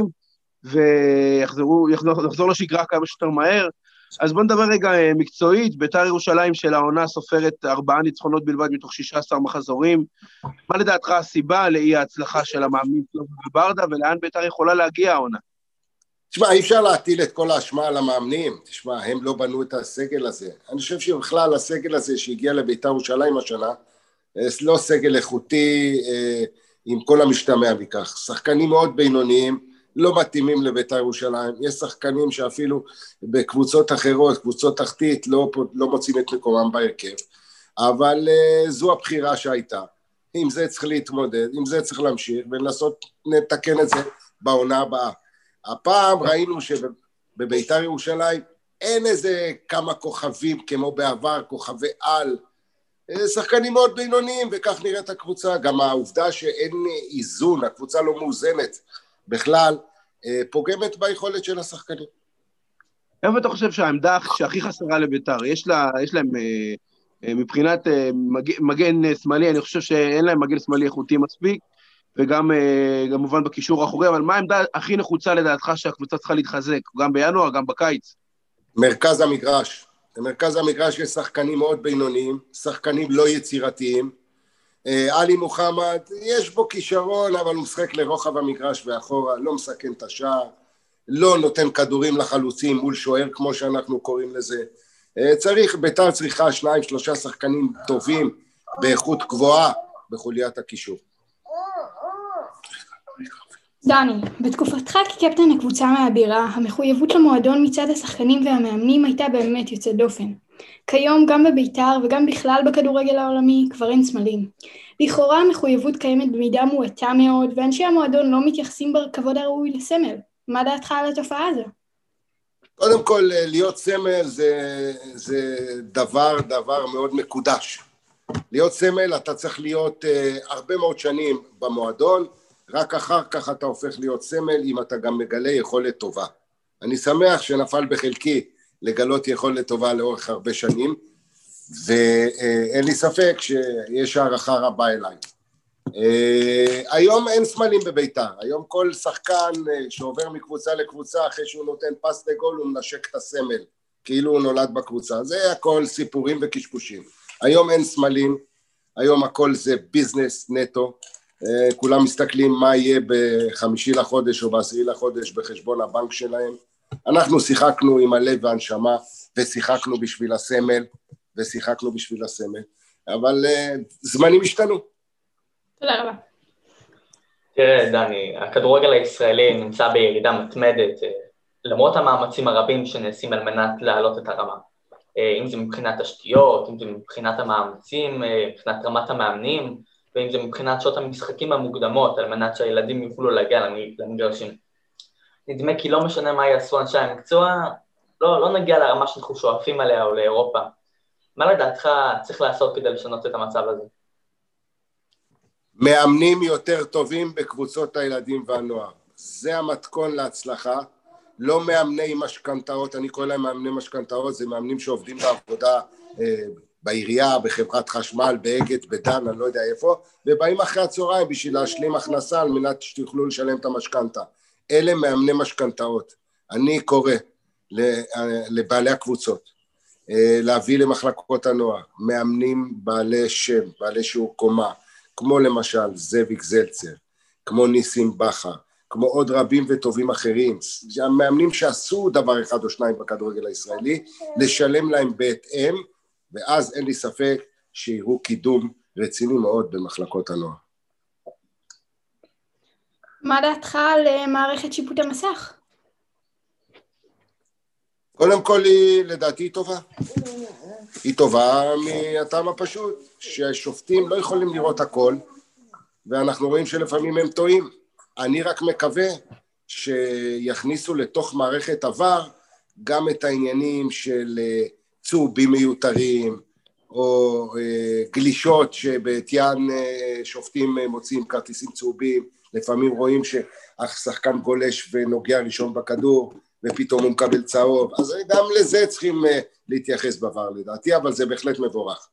ויחזור יחזור לשגרה כמה שיותר מהר. אז בואו נדבר רגע מקצועית, ביתר ירושלים של העונה סופרת ארבעה ניצחונות בלבד מתוך שישה עשר מחזורים. מה לדעתך הסיבה לאי ההצלחה של המאמנים שלמה וברדה, ולאן ביתר יכולה להגיע העונה? תשמע, אי אפשר להטיל את כל האשמה על המאמנים, תשמע, הם לא בנו את הסגל הזה. אני חושב שבכלל הסגל הזה שהגיע לביתר ירושלים השנה, לא סגל איכותי עם כל המשתמע מכך, שחקנים מאוד בינוניים, לא מתאימים לביתר ירושלים, יש שחקנים שאפילו בקבוצות אחרות, קבוצות תחתית, לא, לא מוצאים את מקומם בהרכב, אבל זו הבחירה שהייתה, עם זה צריך להתמודד, עם זה צריך להמשיך, ולנסות לתקן את זה בעונה הבאה. הפעם ראינו שבביתר ירושלים אין איזה כמה כוכבים כמו בעבר, כוכבי על, שחקנים מאוד בינוניים, וכך נראית הקבוצה. גם העובדה שאין איזון, הקבוצה לא מאוזנת בכלל, פוגמת ביכולת של השחקנים. איפה אתה חושב שהעמדה שהכי חסרה לביתר, יש לה, יש להם מבחינת מגן שמאלי, אני חושב שאין להם מגן שמאלי איכותי מספיק, וגם כמובן בקישור האחורי, אבל מה העמדה הכי נחוצה לדעתך שהקבוצה צריכה להתחזק, גם בינואר, גם בקיץ? מרכז המגרש. במרכז המגרש יש שחקנים מאוד בינוניים, שחקנים לא יצירתיים. עלי מוחמד, יש בו כישרון, אבל הוא משחק לרוחב המגרש ואחורה, לא מסכן את השער, לא נותן כדורים לחלוצים מול שוער, כמו שאנחנו קוראים לזה. צריך, ביתר צריכה שניים, שלושה שחקנים טובים, באיכות גבוהה, בחוליית הקישור. דני, בתקופתך כקפטן הקבוצה מהבירה, המחויבות למועדון מצד השחקנים והמאמנים הייתה באמת יוצאת דופן. כיום גם בביתר וגם בכלל בכדורגל העולמי כבר אין סמלים. לכאורה המחויבות קיימת במידה מועטה מאוד, ואנשי המועדון לא מתייחסים בכבוד הראוי לסמל. מה דעתך על התופעה הזו? קודם כל, להיות סמל זה, זה דבר, דבר מאוד מקודש. להיות סמל אתה צריך להיות uh, הרבה מאוד שנים במועדון, רק אחר כך אתה הופך להיות סמל אם אתה גם מגלה יכולת טובה. אני שמח שנפל בחלקי לגלות יכולת טובה לאורך הרבה שנים, ואין לי ספק שיש הערכה רבה אליי. היום אין סמלים בביתר, היום כל שחקן שעובר מקבוצה לקבוצה אחרי שהוא נותן פס לגול הוא מנשק את הסמל, כאילו הוא נולד בקבוצה, זה הכל סיפורים וקשקושים. היום אין סמלים, היום הכל זה ביזנס נטו, כולם מסתכלים מה יהיה בחמישי לחודש או בעשירי לחודש בחשבון הבנק שלהם. אנחנו שיחקנו עם הלב והנשמה, ושיחקנו בשביל הסמל, ושיחקנו בשביל הסמל, אבל uh, זמנים השתנו. תודה רבה. תראה, דני, הכדורגל הישראלי נמצא בירידה מתמדת, למרות המאמצים הרבים שנעשים על מנת להעלות את הרמה. אם זה מבחינת תשתיות, אם זה מבחינת המאמצים, מבחינת רמת המאמנים, ואם זה מבחינת שעות המשחקים המוקדמות, על מנת שהילדים יוכלו להגיע למגרשים. נדמה כי לא משנה מה יעשו אנשי המקצוע, לא, לא נגיע לרמה שאנחנו שואפים עליה או לאירופה. מה לדעתך צריך לעשות כדי לשנות את המצב הזה? מאמנים יותר טובים בקבוצות הילדים והנוער. זה המתכון להצלחה. לא מאמני משכנתאות, אני קורא להם מאמני משכנתאות, זה מאמנים שעובדים בעבודה אה, בעירייה, בחברת חשמל, באגד, בדן, אני לא יודע איפה, ובאים אחרי הצהריים בשביל להשלים הכנסה על מנת שתוכלו לשלם את המשכנתה. אלה מאמני משכנתאות. אני קורא לבעלי הקבוצות, להביא למחלקות הנוער, מאמנים בעלי שם, בעלי שיעור קומה, כמו למשל זאביק זלצר, כמו ניסים בכר, כמו עוד רבים וטובים אחרים, המאמנים שעשו דבר אחד או שניים בכדורגל הישראלי, לשלם להם בהתאם, ואז אין לי ספק שיראו קידום רציני מאוד במחלקות הנוער. מה דעתך על מערכת שיפוט המסך? קודם כל היא לדעתי היא טובה. היא טובה מהטעם הפשוט, שהשופטים לא יכולים לראות הכל, ואנחנו רואים שלפעמים הם טועים. אני רק מקווה שיכניסו לתוך מערכת עבר גם את העניינים של צהובים מיותרים, או גלישות שבעטיין שופטים מוצאים כרטיסים צהובים, לפעמים רואים שהשחקן גולש ונוגע ראשון בכדור, ופתאום הוא מקבל צהוב, אז גם לזה צריכים להתייחס בעבר לדעתי, אבל זה בהחלט מבורך.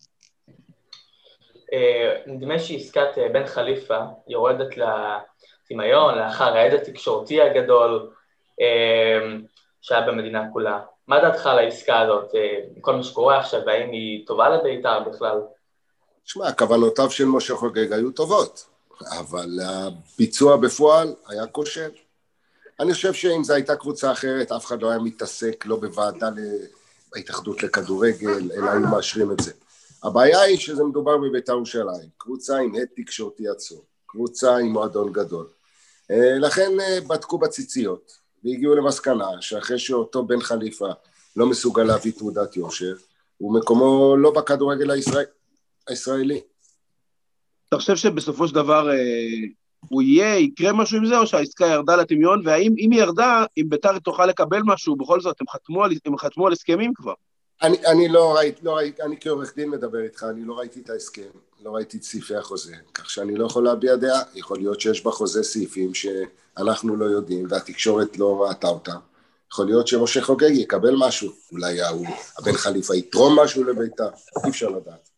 נדמה שעסקת בן חליפה יורדת לטמיון, לאחר העד התקשורתי הגדול שהיה במדינה כולה. מה דעתך על העסקה הזאת, כל מה שקורה עכשיו, והאם היא טובה לבית"ר בכלל? תשמע, הכוונותיו של משה חוגג היו טובות, אבל הביצוע בפועל היה כושל. אני חושב שאם זו הייתה קבוצה אחרת, אף אחד לא היה מתעסק, לא בוועדה להתאחדות לכדורגל, אלא היו מאשרים את זה. הבעיה היא שזה מדובר בבית"ר ירושלים, קבוצה עם הד תקשורתי עצום, קבוצה עם מועדון גדול. לכן בדקו בציציות, והגיעו למסקנה שאחרי שאותו בן חליפה לא מסוגל להביא תעודת יושר, הוא מקומו לא בכדורגל הישראל, הישראלי. אתה חושב שבסופו של דבר הוא יהיה, יקרה משהו עם זה, או שהעסקה ירדה לטמיון, והאם אם היא ירדה, אם בית"ר תוכל לקבל משהו, בכל זאת, הם חתמו על, הם חתמו על הסכמים כבר? אני, אני לא ראיתי, לא ראיתי, אני כעורך דין מדבר איתך, אני לא ראיתי את ההסכם, לא ראיתי את סעיפי החוזה, כך שאני לא יכול להביע דעה, יכול להיות שיש בחוזה סעיפים שאנחנו לא יודעים, והתקשורת לא ראתה אותם, יכול להיות שמשה חוגג יקבל משהו, אולי הוא, הבן חליפה יתרום משהו לבית"ר, אי אפשר לדעת.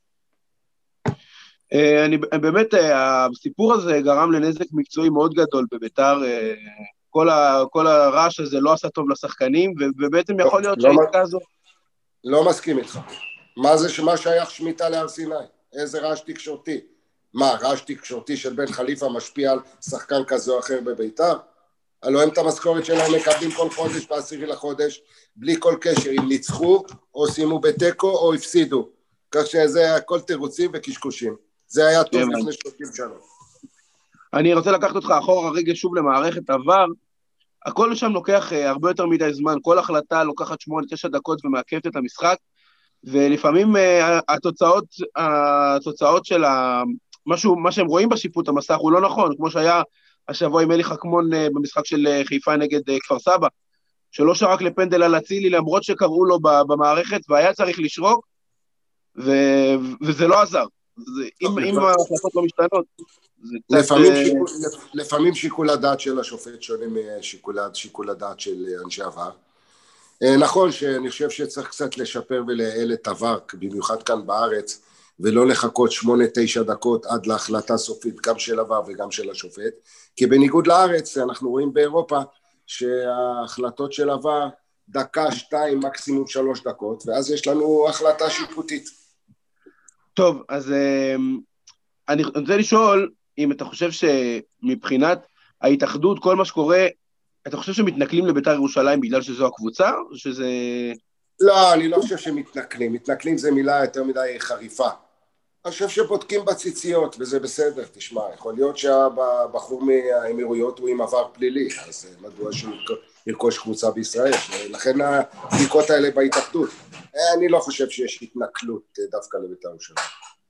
אני באמת, הסיפור הזה גרם לנזק מקצועי מאוד גדול בבית"ר, כל, ה, כל הרעש הזה לא עשה טוב לשחקנים, ובעצם יכול להיות שהעסקה הזו... לא מסכים איתך. מה זה שמה שייך שמיטה להר סיני? איזה רעש תקשורתי? מה, רעש תקשורתי של בן חליפה משפיע על שחקן כזה או אחר בבית"ר? הלוא הם את המשכורת שלהם מקבלים כל חודש בעשירי לחודש, בלי כל קשר, אם ניצחו, או שימו בתיקו, או הפסידו. כך שזה הכל תירוצים וקשקושים. זה היה טוב לפני שלושים שנה. אני רוצה לקחת אותך אחורה רגע שוב למערכת עבר, הכל שם לוקח הרבה יותר מדי זמן, כל החלטה לוקחת שמונה, תשע דקות ומעכבת את המשחק, ולפעמים התוצאות, התוצאות של משהו, מה שהם רואים בשיפוט המסך הוא לא נכון, כמו שהיה השבוע עם אלי חכמון במשחק של חיפה נגד כפר סבא, שלא שרק לפנדל על אצילי, למרות שקראו לו במערכת, והיה צריך לשרוק, ו... וזה לא עזר. זה... אם, אם ההחלטות לא משתנות, זה לפעמים, קצת... שיקול, לפעמים שיקול הדעת של השופט שונה משיקול שיקול הדעת של אנשי עבר. נכון שאני חושב שצריך קצת לשפר ולייעל את עבר, במיוחד כאן בארץ, ולא לחכות שמונה, תשע דקות עד להחלטה סופית, גם של עבר וגם של השופט, כי בניגוד לארץ, אנחנו רואים באירופה, שההחלטות של עבר, דקה, שתיים, מקסימום שלוש דקות, ואז יש לנו החלטה שיפוטית. טוב, אז אני רוצה לשאול, אם אתה חושב שמבחינת ההתאחדות, כל מה שקורה, אתה חושב שמתנכלים לבית"ר ירושלים בגלל שזו הקבוצה, או שזה... לא, אני לא חושב שמתנכלים. מתנכלים זה מילה יותר מדי חריפה. אני חושב שבודקים בציציות, וזה בסדר, תשמע, יכול להיות שהבחור מהאמירויות הוא עם עבר פלילי, אז מדוע שירכוש קבוצה בישראל, לכן הבדיקות האלה בהתאחדות. אני לא חושב שיש התנכלות דווקא לבית"ר ירושלים.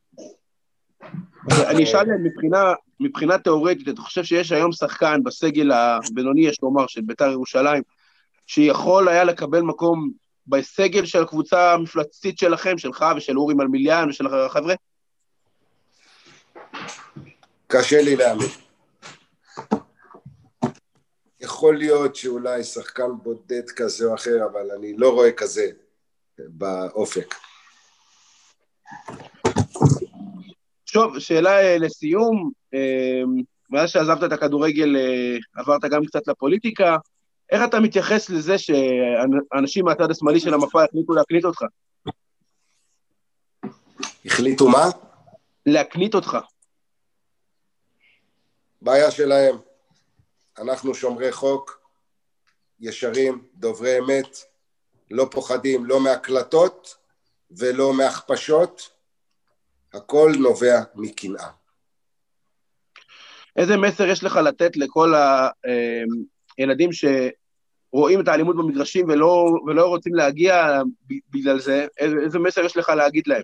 אני אשאל מבחינה, מבחינה תיאורטית, אתה חושב שיש היום שחקן בסגל הבינוני, יש לומר, של בית"ר ירושלים, שיכול היה לקבל מקום בסגל של הקבוצה המפלצתית שלכם, שלך ושל אורי מלמיליאן ושל החבר'ה? קשה לי להאמין. יכול להיות שאולי שחקן בודד כזה או אחר, אבל אני לא רואה כזה באופק. טוב, שאלה לסיום, מאז שעזבת את הכדורגל עברת גם קצת לפוליטיקה, איך אתה מתייחס לזה שאנשים מהצד השמאלי של המפה החליטו להקנית אותך? החליטו מה? להקנית אותך. בעיה שלהם. אנחנו שומרי חוק, ישרים, דוברי אמת, לא פוחדים, לא מהקלטות ולא מהכפשות, הכל נובע מקנאה. איזה מסר יש לך לתת לכל הילדים שרואים את האלימות במגרשים ולא, ולא רוצים להגיע בגלל זה? איזה, איזה מסר יש לך להגיד להם?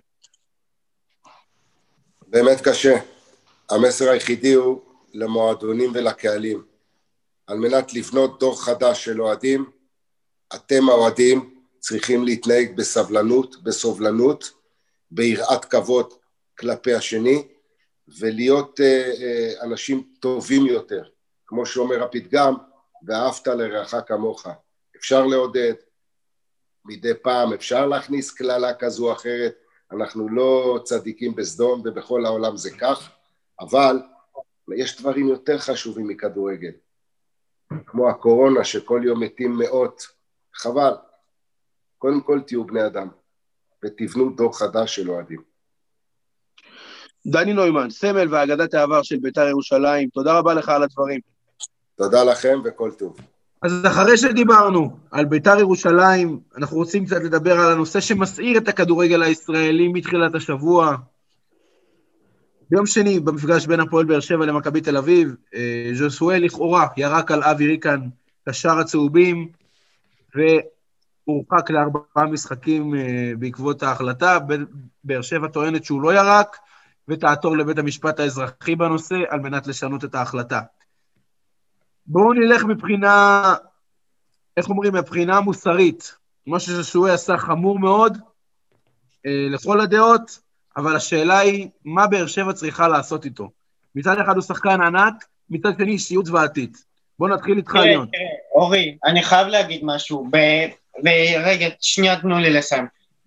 באמת קשה. המסר היחידי הוא למועדונים ולקהלים. על מנת לבנות דור חדש של אוהדים, אתם האוהדים צריכים להתנהג בסבלנות, בסובלנות, ביראת כבוד כלפי השני, ולהיות אה, אה, אנשים טובים יותר. כמו שאומר הפתגם, ואהבת לרעך כמוך. אפשר לעודד, מדי פעם אפשר להכניס כללה כזו או אחרת, אנחנו לא צדיקים בסדום ובכל העולם זה כך, אבל יש דברים יותר חשובים מכדורגל, כמו הקורונה שכל יום מתים מאות, חבל. קודם כל תהיו בני אדם, ותבנו דור חדש של אוהדים. דני נוימן, סמל ואגדת העבר של בית"ר ירושלים, תודה רבה לך על הדברים. תודה לכם וכל טוב. אז אחרי שדיברנו על בית"ר ירושלים, אנחנו רוצים קצת לדבר על הנושא שמסעיר את הכדורגל הישראלי מתחילת השבוע. ביום שני, במפגש בין הפועל באר שבע למכבי תל אביב, ז'וסואל לכאורה ירק על אבי ריקן כשאר הצהובים, והורחק לארבעה משחקים בעקבות ההחלטה. באר שבע טוענת שהוא לא ירק, ותעתור לבית המשפט האזרחי בנושא על מנת לשנות את ההחלטה. בואו נלך מבחינה, איך אומרים, מבחינה המוסרית, מה שז'וסואל עשה חמור מאוד, לכל הדעות, אבל השאלה היא, מה באר שבע צריכה לעשות איתו? מצד אחד הוא שחקן ענק, מצד שני אישיות זוועתית. בוא נתחיל איתך ליון. אורי, אני חייב להגיד משהו, ורגע, שנייה תנו לי לסיים.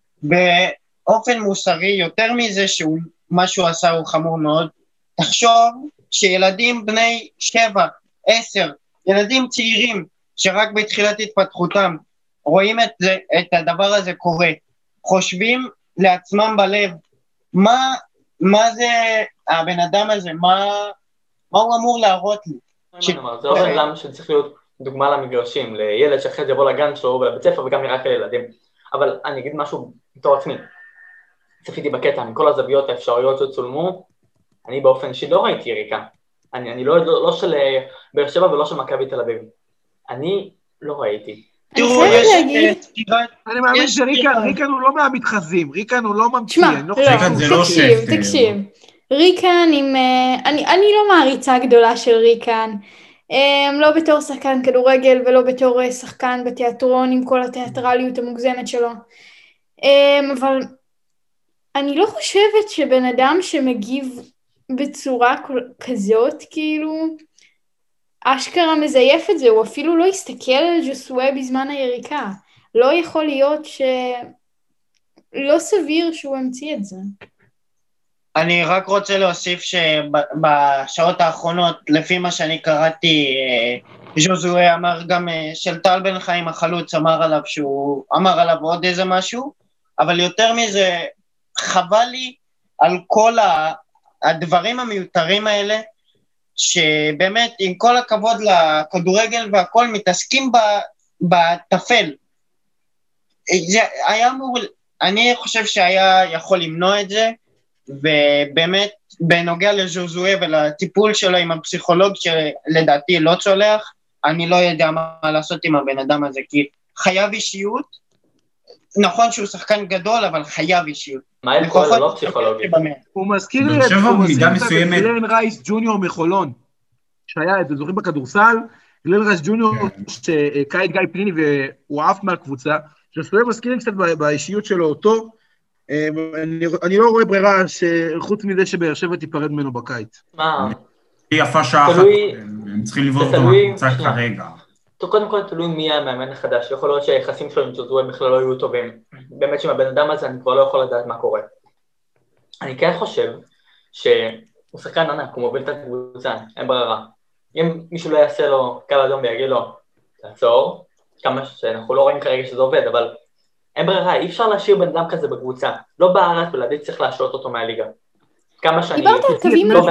באופן מוסרי, יותר מזה שהוא, מה שהוא עשה הוא חמור מאוד, תחשוב שילדים בני שבע, עשר, ילדים צעירים, שרק בתחילת התפתחותם, רואים את, זה, את הדבר הזה קורה, חושבים לעצמם בלב, מה, מה זה הבן אדם הזה, מה, מה הוא אמור להראות לי? ש... זה לא בן אדם שצריך להיות דוגמה למגרשים, לילד שאחרי זה יבוא לגן שלו ולבית ספר וגם ירק לילדים. אבל אני אגיד משהו בתור עצמי. צפיתי בקטע, מכל הזוויות האפשריות שצולמו, אני באופן אישי לא ראיתי יריקה. אני, אני לא, לא, לא של באר שבע ולא של מכבי תל אביב. אני לא ראיתי. תראו, יש... אני מאמין שריקן הוא לא מהמתחזים, ריקן הוא לא ממציא. ריקן זה לא שף. תקשיב, תקשיב. ריקן עם... אני, אני לא מעריצה גדולה של ריקן. לא בתור שחקן כדורגל ולא בתור שחקן בתיאטרון עם כל התיאטרליות המוגזמת שלו. אבל אני לא חושבת שבן אדם שמגיב בצורה כזאת, כאילו, אשכרה מזייף את זה, הוא אפילו לא הסתכל על ז'וסואל בזמן היריקה. לא יכול להיות ש... לא סביר שהוא המציא את זה. אני רק רוצה להוסיף שבשעות האחרונות, לפי מה שאני קראתי, ז'וסואל אמר גם של טל בן חיים החלוץ, אמר עליו שהוא אמר עליו עוד איזה משהו, אבל יותר מזה, חבל לי על כל הדברים המיותרים האלה, שבאמת עם כל הכבוד לכדורגל והכל מתעסקים בטפל. זה היה מול, אני חושב שהיה יכול למנוע את זה, ובאמת, בנוגע לז'וזואה ולטיפול שלו עם הפסיכולוג שלדעתי לא צולח, אני לא יודע מה לעשות עם הבן אדם הזה, כי חייב אישיות, נכון שהוא שחקן גדול, אבל חייב אישיות. מה אל קורא לא פסיכולוגי? הוא מזכיר לי את גלן רייס ג'וניור מחולון, שהיה, אתם זוכרים בכדורסל, גלן רייס ג'וניור שקאי את גיא פניני והוא עף מהקבוצה, שסויה מזכיר לי קצת באישיות שלו אותו, אני לא רואה ברירה שחוץ מזה שבאר שבע תיפרד ממנו בקיץ. מה? היא יפה שעה אחת, הם צריכים לבוא אותו מהקבוצה כרגע. קודם כל תלוי מי המאמן החדש, יכול להיות שהיחסים שלו עם ז'וזואה בכלל לא יהיו טובים. באמת שעם הבן אדם הזה אני כבר לא יכול לדעת מה קורה. אני כן חושב שהוא שחקן ענק, הוא מוביל את הקבוצה, אין ברירה. אם מישהו לא יעשה לו קו אדום ויגיד לו, תעצור, כמה שאנחנו לא רואים כרגע שזה עובד, אבל אין ברירה, אי אפשר להשאיר בן אדם כזה בקבוצה, לא בארץ ולעדיף צריך להשעות אותו מהליגה. כמה שאני... דיברת על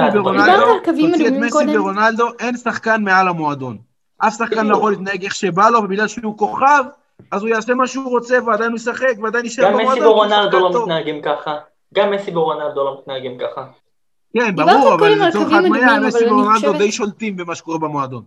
קווים מדומים קודם. מסי ורונלדו, אין שחקן מעל המועדון. אף שחקן לא יכול להתנהג איך שבא לו, ובגלל שהוא כוכב, אז הוא יעשה מה שהוא רוצה, ועדיין הוא ישחק, ועדיין יישאר במועדון. גם מסי ורונלדו לא מתנהגים ככה. גם מסי ורונלדו לא מתנהגים ככה. כן, ברור, אבל לצורך הדמיה, מסי ורונלדו די שולטים במה שקורה במועדון.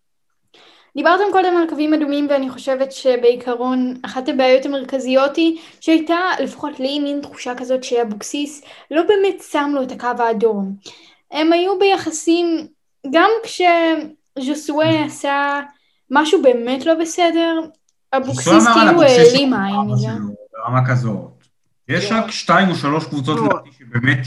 דיברתם קודם על קווים אדומים, ואני חושבת שבעיקרון אחת הבעיות המרכזיות היא שהייתה, לפחות לי, מין תחושה כזאת שאבוקסיס לא באמת שם לו את הקו האדום. הם היו ביחסים, גם כשז'וסואה עשה משהו באמת לא בסדר, אבוקסיס כאילו העלים עין מזה. ברמה כזאת. יש רק שתיים או שלוש קבוצות לדעתי שבאמת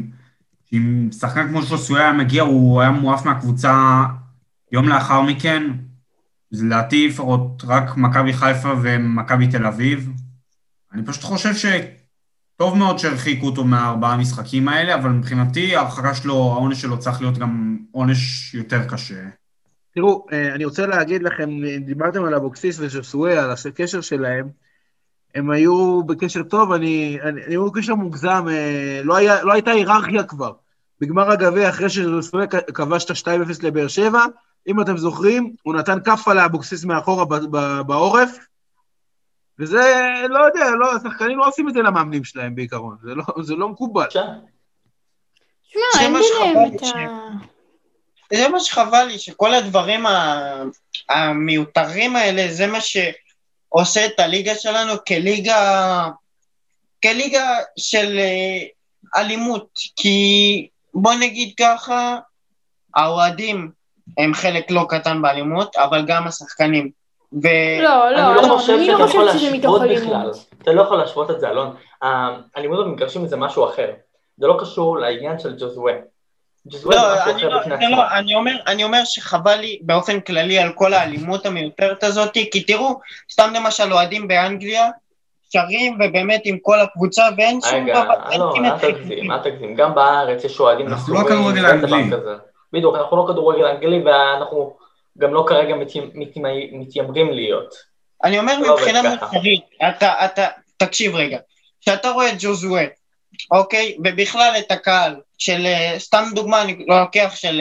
שאם שחקן כמו ז'וסואה היה מגיע, הוא היה מועף מהקבוצה יום לאחר מכן, זה לדעתי לפחות רק מכבי חיפה ומכבי תל אביב. אני פשוט חושב שטוב מאוד שהרחיקו אותו מהארבעה המשחקים האלה, אבל מבחינתי ההרחקה שלו, העונש שלו צריך להיות גם עונש יותר קשה. תראו, אני רוצה להגיד לכם, דיברתם על אבוקסיס וז'וסואה, על הקשר שלהם, הם היו בקשר טוב, אני, אני, אני היו בקשר מוגזם, לא, היה, לא הייתה היררכיה כבר. בגמר הגביע, אחרי שז'וסואה כבש את ה-שתיים אפס לבאר שבע, אם אתם זוכרים, הוא נתן כפה לאבוקסיס מאחורה בעורף, וזה, לא יודע, לא, השחקנים לא עושים את זה למאמנים שלהם בעיקרון, זה לא, זה לא מקובל. שמע, אין ביניהם את ה... זה מה שחבל לי, שכל הדברים המיותרים האלה, זה מה שעושה את הליגה שלנו כליגה, כליגה של אלימות, כי בוא נגיד ככה, האוהדים הם חלק לא קטן באלימות, אבל גם השחקנים. ו... לא, לא, אני לא חושב אני לא שאתה יכול חושבת שזה מתוך אלימות. אתה לא יכול להשוות את זה, אלון. האלימות במגרשים זה משהו אחר. זה לא קשור לעניין של ג'וזואה. לא, אני, לא, לא, אני, אומר, אני אומר שחבל לי באופן כללי על כל האלימות המיותרת הזאת, כי תראו, סתם למשל אוהדים באנגליה, שרים ובאמת עם כל הקבוצה, ואין שום דבר. רגע, לא, אל תגזים, אל תגזים. גם בארץ יש אוהדים אנחנו לא כדורגל אנגלי. בדיוק, אנחנו לא כדורגל אנגלי, ואנחנו גם לא כרגע מתיימרים להיות. אני אומר מבחינה מוסרית, אתה, אתה, תקשיב רגע, כשאתה רואה את ג'וזואה, אוקיי, ובכלל את הקהל של, סתם דוגמה, אני לוקח של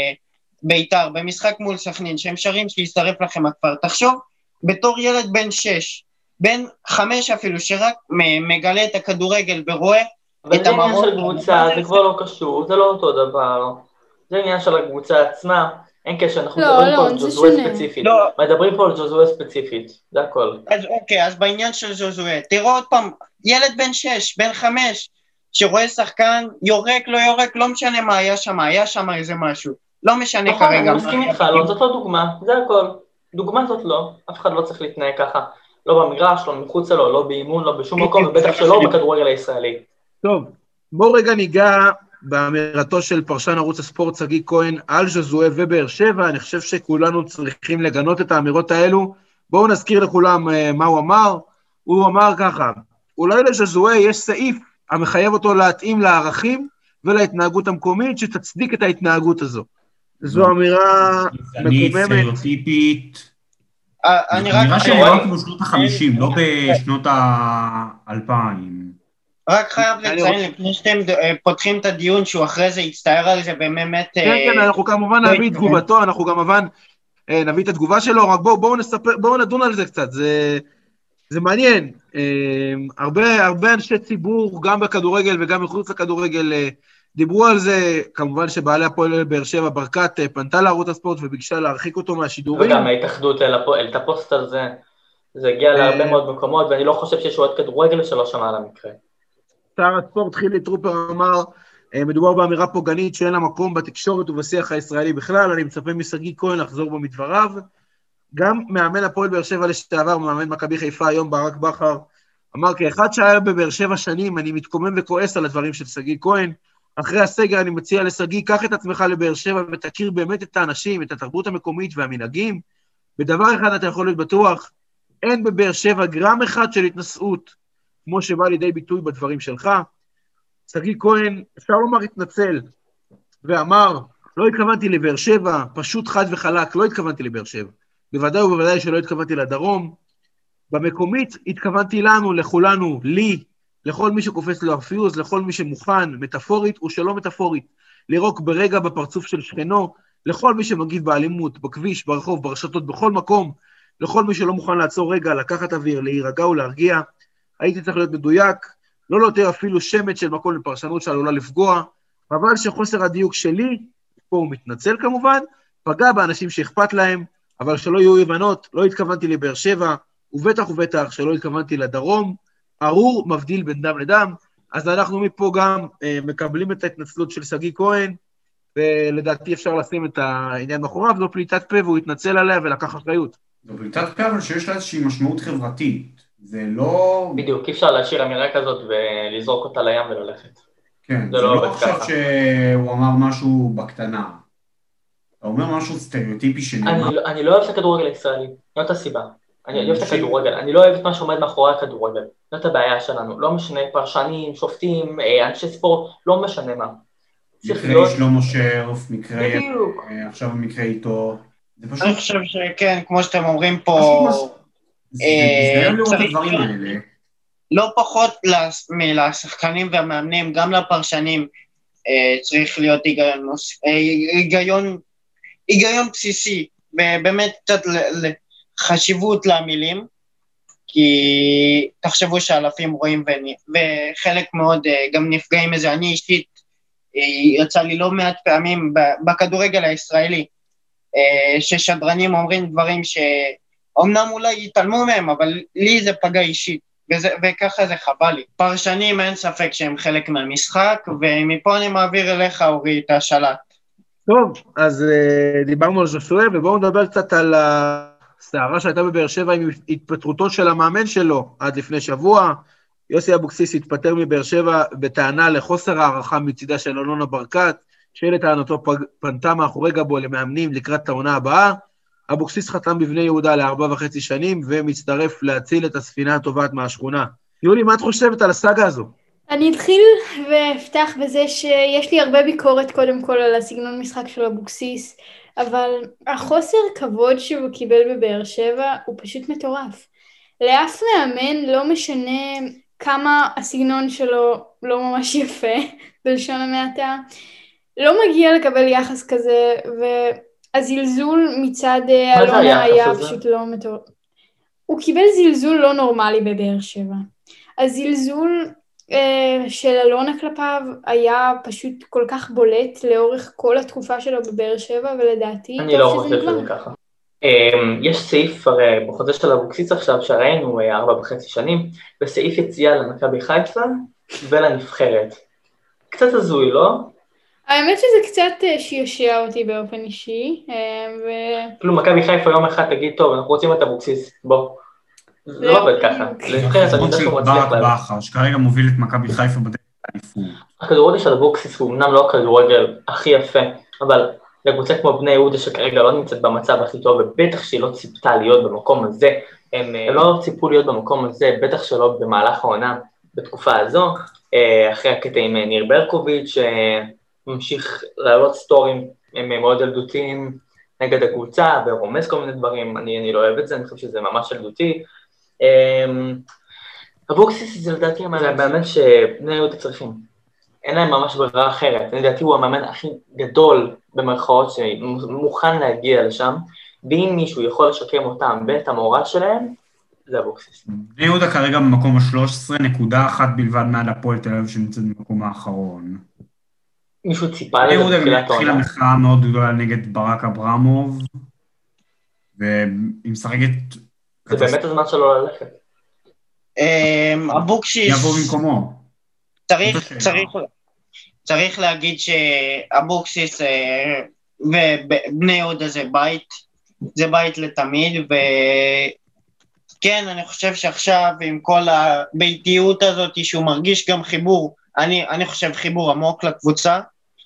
ביתר, במשחק מול סכנין, שהם שרים שישרף לכם הכפר, תחשוב, בתור ילד בן שש, בן חמש אפילו, שרק מגלה את הכדורגל ורואה את המראות. אבל זה עניין של קבוצה, זה כבר לא קשור, זה לא אותו דבר. זה עניין של הקבוצה עצמה, אין קשר, אנחנו לא, מדברים לא, פה על ג'וזואה ספציפית. לא. מדברים פה על ג'וזואה ספציפית, זה הכל. אז אוקיי, אז בעניין של ג'וזואה, תראו עוד פעם, ילד בן שש, בן חמש, שרואה שחקן, יורק, לא יורק, לא משנה מה היה שם, היה שם איזה משהו. לא משנה נכון, כרגע. אני מסכים איתך, לא, זאת לא דוגמה, זה הכל. דוגמה זאת לא, אף אחד לא צריך להתנהג ככה. לא במגרש, לא מחוץ לו, לא באימון, לא בשום מקום, ובטח שלא בכדורגל הישראלי. טוב, בואו רגע ניגע באמירתו של פרשן ערוץ הספורט שגיא כהן על ז'וזואה ובאר שבע. אני חושב שכולנו צריכים לגנות את האמירות האלו. בואו נזכיר לכולם מה הוא אמר. הוא אמר ככה, אולי לז'וזואה יש סעיף המחייב אותו להתאים לערכים ולהתנהגות המקומית שתצדיק את ההתנהגות הזו. זו אמירה מקוממת. סטריאוטיפית. אני רק... נראה שרואה כמו שנות ה-חמישים, לא בשנות ה-אלפיים. רק חייב לציין, לפני שאתם פותחים את הדיון, שהוא אחרי זה יצטער על זה באמת... כן, כן, אנחנו כמובן נביא את תגובתו, אנחנו כמובן נביא את התגובה שלו, רק בואו נדון על זה קצת, זה... זה מעניין, הרבה, הרבה אנשי ציבור, גם בכדורגל וגם מחוץ לכדורגל, דיברו על זה, כמובן שבעלי הפועל באר שבע ברקת פנתה לערוץ הספורט וביקשה להרחיק אותו מהשידורים. וגם ההתאחדות העלתה פוסט על זה, זה הגיע להרבה מאוד מקומות, ואני לא חושב שיש עוד כדורגל שלא שמע על המקרה. שר הספורט חילי טרופר אמר, מדובר באמירה פוגענית שאין לה מקום בתקשורת ובשיח הישראלי בכלל, אני מצפה משגיא כהן לחזור בו מדבריו. גם מאמן הפועל באר שבע לשעבר, מאמן מכבי חיפה היום ברק בכר, אמר כאחד שהיה בבאר שבע שנים, אני מתקומם וכועס על הדברים של שגיא כהן, אחרי הסגר אני מציע לשגיא, קח את עצמך לבאר שבע ותכיר באמת את האנשים, את התרבות המקומית והמנהגים, בדבר אחד אתה יכול להיות בטוח, אין בבאר שבע גרם אחד של התנסות, כמו שבא לידי ביטוי בדברים שלך. שגיא כהן, אפשר לומר, התנצל, ואמר, לא התכוונתי לבאר שבע, פשוט חד וחלק, לא התכוונתי לבאר שבע. בוודאי ובוודאי שלא התכוונתי לדרום. במקומית התכוונתי לנו, לכולנו, לי, לכל מי שקופץ לו הפיוז, לכל מי שמוכן, מטאפורית ושלא מטאפורית, לירוק ברגע בפרצוף של שכנו, לכל מי שמגיב באלימות, בכביש, ברחוב, ברשתות, בכל מקום, לכל מי שלא מוכן לעצור רגע, לקחת אוויר, להירגע ולהרגיע. הייתי צריך להיות מדויק, לא יותר אפילו שמץ של מקום לפרשנות שעלולה לפגוע, אבל שחוסר הדיוק שלי, פה הוא מתנצל כמובן, פגע באנשים שאכפת להם, אבל שלא יהיו הבנות, לא התכוונתי לבאר שבע, ובטח ובטח שלא התכוונתי לדרום, ארור מבדיל בין דם לדם, אז אנחנו מפה גם אה, מקבלים את ההתנצלות של שגיא כהן, ולדעתי אפשר לשים את העניין מאחוריו, זו פליטת פה והוא התנצל עליה ולקח אחריות. זו פליטת פה אבל שיש לה איזושהי משמעות חברתית, זה לא... בדיוק, אי אפשר להשאיר אמירה כזאת ולזרוק אותה לים וללכת. כן, זה, זה לא עכשיו שהוא אמר משהו בקטנה. אתה אומר משהו סטריאוטיפי שנאמר. אני, אני לא אוהב את הכדורגל הישראלי, לא את הסיבה. אני אוהב את הכדורגל, אני לא אוהב את מה שעומד מאחורי הכדורגל. זאת הבעיה שלנו, לא משנה פרשנים, שופטים, אנשי ספורט, לא משנה מה. מקרה שלמה שרף, מקרה, עכשיו המקרה איתו. אני חושב שכן, כמו שאתם אומרים פה, זה ביזיון לראות את הדברים האלה. לא פחות מלשחקנים והמאמנים, גם לפרשנים צריך להיות היגיון, היגיון בסיסי, ובאמת קצת חשיבות למילים, כי תחשבו שאלפים רואים וחלק מאוד גם נפגעים מזה. אני אישית יצא לי לא מעט פעמים בכדורגל הישראלי, ששדרנים אומרים דברים שאומנם אולי יתעלמו מהם, אבל לי זה פגע אישית, וזה, וככה זה חבל לי. פרשנים אין ספק שהם חלק מהמשחק, ומפה אני מעביר אליך אורי את השלט. טוב, אז דיברנו על ז'וסואה, ובואו נדבר קצת על הסערה שהייתה בבאר שבע עם התפטרותו של המאמן שלו עד לפני שבוע. יוסי אבוקסיס התפטר מבאר שבע בטענה לחוסר הערכה מצידה של אלונה ברקת, שלטענתו פנתה מאחורי גבו למאמנים לקראת העונה הבאה. אבוקסיס חתם בבני יהודה לארבע וחצי שנים, ומצטרף להציל את הספינה הטובעת מהשכונה. יולי, מה את חושבת על הסאגה הזו? אני אתחיל ואפתח בזה שיש לי הרבה ביקורת קודם כל על הסגנון משחק של אבוקסיס, אבל החוסר כבוד שהוא קיבל בבאר שבע הוא פשוט מטורף. לאף מאמן לא משנה כמה הסגנון שלו לא ממש יפה, בלשון המעטה, לא מגיע לקבל יחס כזה, והזלזול מצד אלונה היה פשוט לא מטורף. הוא קיבל זלזול לא נורמלי בבאר שבע. הזלזול uh, של אלונה כלפיו היה פשוט כל כך בולט לאורך כל התקופה שלו בבאר שבע, ולדעתי אני לא חושב שזה ככה. יש סעיף הרי בחוזה של אבוקסיס עכשיו שראינו ארבע וחצי שנים, וסעיף יציאה למכבי חיפה ולנבחרת. קצת הזוי, לא? האמת שזה קצת שיושע אותי באופן אישי. כאילו מכבי חיפה יום אחד תגיד, טוב, אנחנו רוצים את אבוקסיס, בוא. זה לא עובד ככה. לנבחרת אני יודע שהוא מצליח להם. בכר, שכרגע מוביל את מכבי חיפה בדרך כלל. הכדורגל של אבוקסיס הוא אמנם לא הכדורגל הכי יפה, אבל לקבוצה כמו בני יהודה שכרגע לא נמצאת במצב הכי טוב, ובטח שהיא לא ציפתה להיות במקום הזה, הם לא ציפו להיות במקום הזה, בטח שלא במהלך העונה בתקופה הזו, אחרי הקטע עם ניר ברקוביץ' שממשיך לעלות סטורים, הם מאוד ילדותיים נגד הקבוצה, ורומז כל מיני דברים, אני, אני לא אוהב את זה, אני חושב שזה ממש ילדותי. אבוקסיס זה לדעתי המאמן שבני יהודה צריכים. אין להם ממש ברירה אחרת, לדעתי הוא המאמן הכי גדול במרכאות שמוכן להגיע לשם, ואם מישהו יכול לשקם אותם ואת המורה שלהם, זה אבוקסיס. בני יהודה כרגע במקום ה-שלוש עשרה, נקודה אחת בלבד מעל הפועל תל אביב שנמצאת במקום האחרון. מישהו ציפה בני לזה יהודה בתחילת התחילה העונה? מחאה מאוד גדולה נגד ברק אברמוב, והיא משחקת... זה באמת הזמן שלו ללכת. אמ, אבוקסיס, יבוא במקומו. צריך, זאת צריך, צריך להגיד שאבוקסיס אה, ובני יהודה זה בית, זה בית לתמיד, וכן, אני חושב שעכשיו עם כל הביתיות הזאת שהוא מרגיש גם חיבור, אני, אני חושב חיבור עמוק לקבוצה,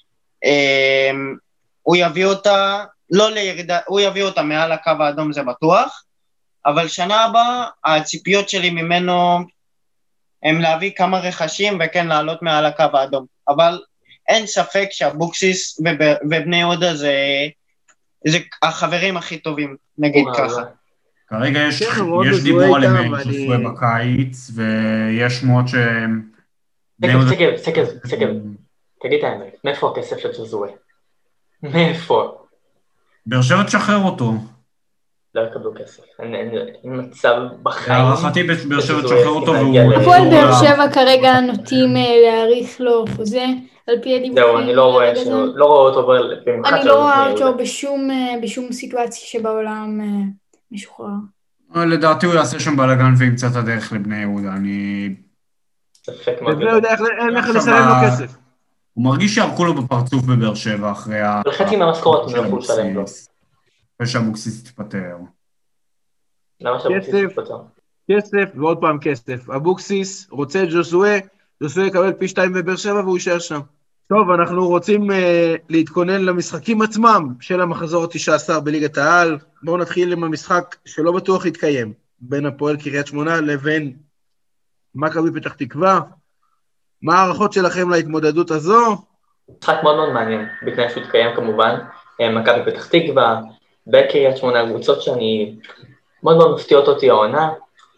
אה, הוא יביא אותה, לא לירידה, הוא יביא אותה מעל הקו האדום זה בטוח, אבל שנה הבאה הציפיות שלי ממנו הם להביא כמה רכשים וכן לעלות מעל הקו האדום, אבל אין ספק שאבוקסיס וב- ובני יהודה זה, זה החברים הכי טובים, נגיד וואו, ככה. כרגע יש, כן, הוא מאוד יש מזוהה דיבור איתם, עליהם ואני- שופרי בקיץ, ויש שמועות שהם... בני סגב, יהודה- סגב, סגב, סגב. תגיד את האמת, מאיפה הכסף של ג'וזואה? מאיפה? באר שבע תשחרר אותו. לא יקבלו כסף. אין אין- אין מצב בחיים. להערכתי באר שבע שג'וזואה תשחרר אותו יסכים והוא... להגיע ל- הפועל באר לא- שבע כרגע נוטים אה, להאריך לו חוזה, על פי הדיווחים. זהו, אני לא רואה לרגע זה. שהוא- לא רואה אותו עובר, במיוחד אני של לא רואה בני אותו יהודה. בשום, אה, בשום סיטואציה שבעולם אה, משוחרר. לדעתי הוא יעשה שם בלאגן וימצא את הדרך לבני יהודה, אני... ספק מאוד ובני גדול. יהודה איך- אין איך עכשיו לשלם לו ה- כסף. הוא מרגיש שירקו לו בפרצוף בבאר שבע אחרי ה... אבל חצי מהמשכורת של הם לא יכולו לשלם לו. אבוקסיס. אחרי שאבוקסיס תתפטר. למה שאבוקסיס כסף. יתפטר? כסף ועוד פעם כסף. אבוקסיס רוצה את ג'וסואה, ג'וסואה יקבל פי שתיים בבאר שבע והוא יישאר שם. טוב, אנחנו רוצים uh, להתכונן למשחקים עצמם של המחזור ה-תשע עשרה בליגת העל. בואו נתחיל עם המשחק שלא בטוח יתקיים, בין הפועל קריית שמונה לבין מכבי פתח תקווה. מה הערכות שלכם להתמודדות הזו? משחק מאוד מאוד מעניין, בתנאי שהוא יתקיים כמובן. מכבי פתח תקווה, בקריית שמונה, קבוצות שאני מאוד מאוד מפתיעות אותי העונה,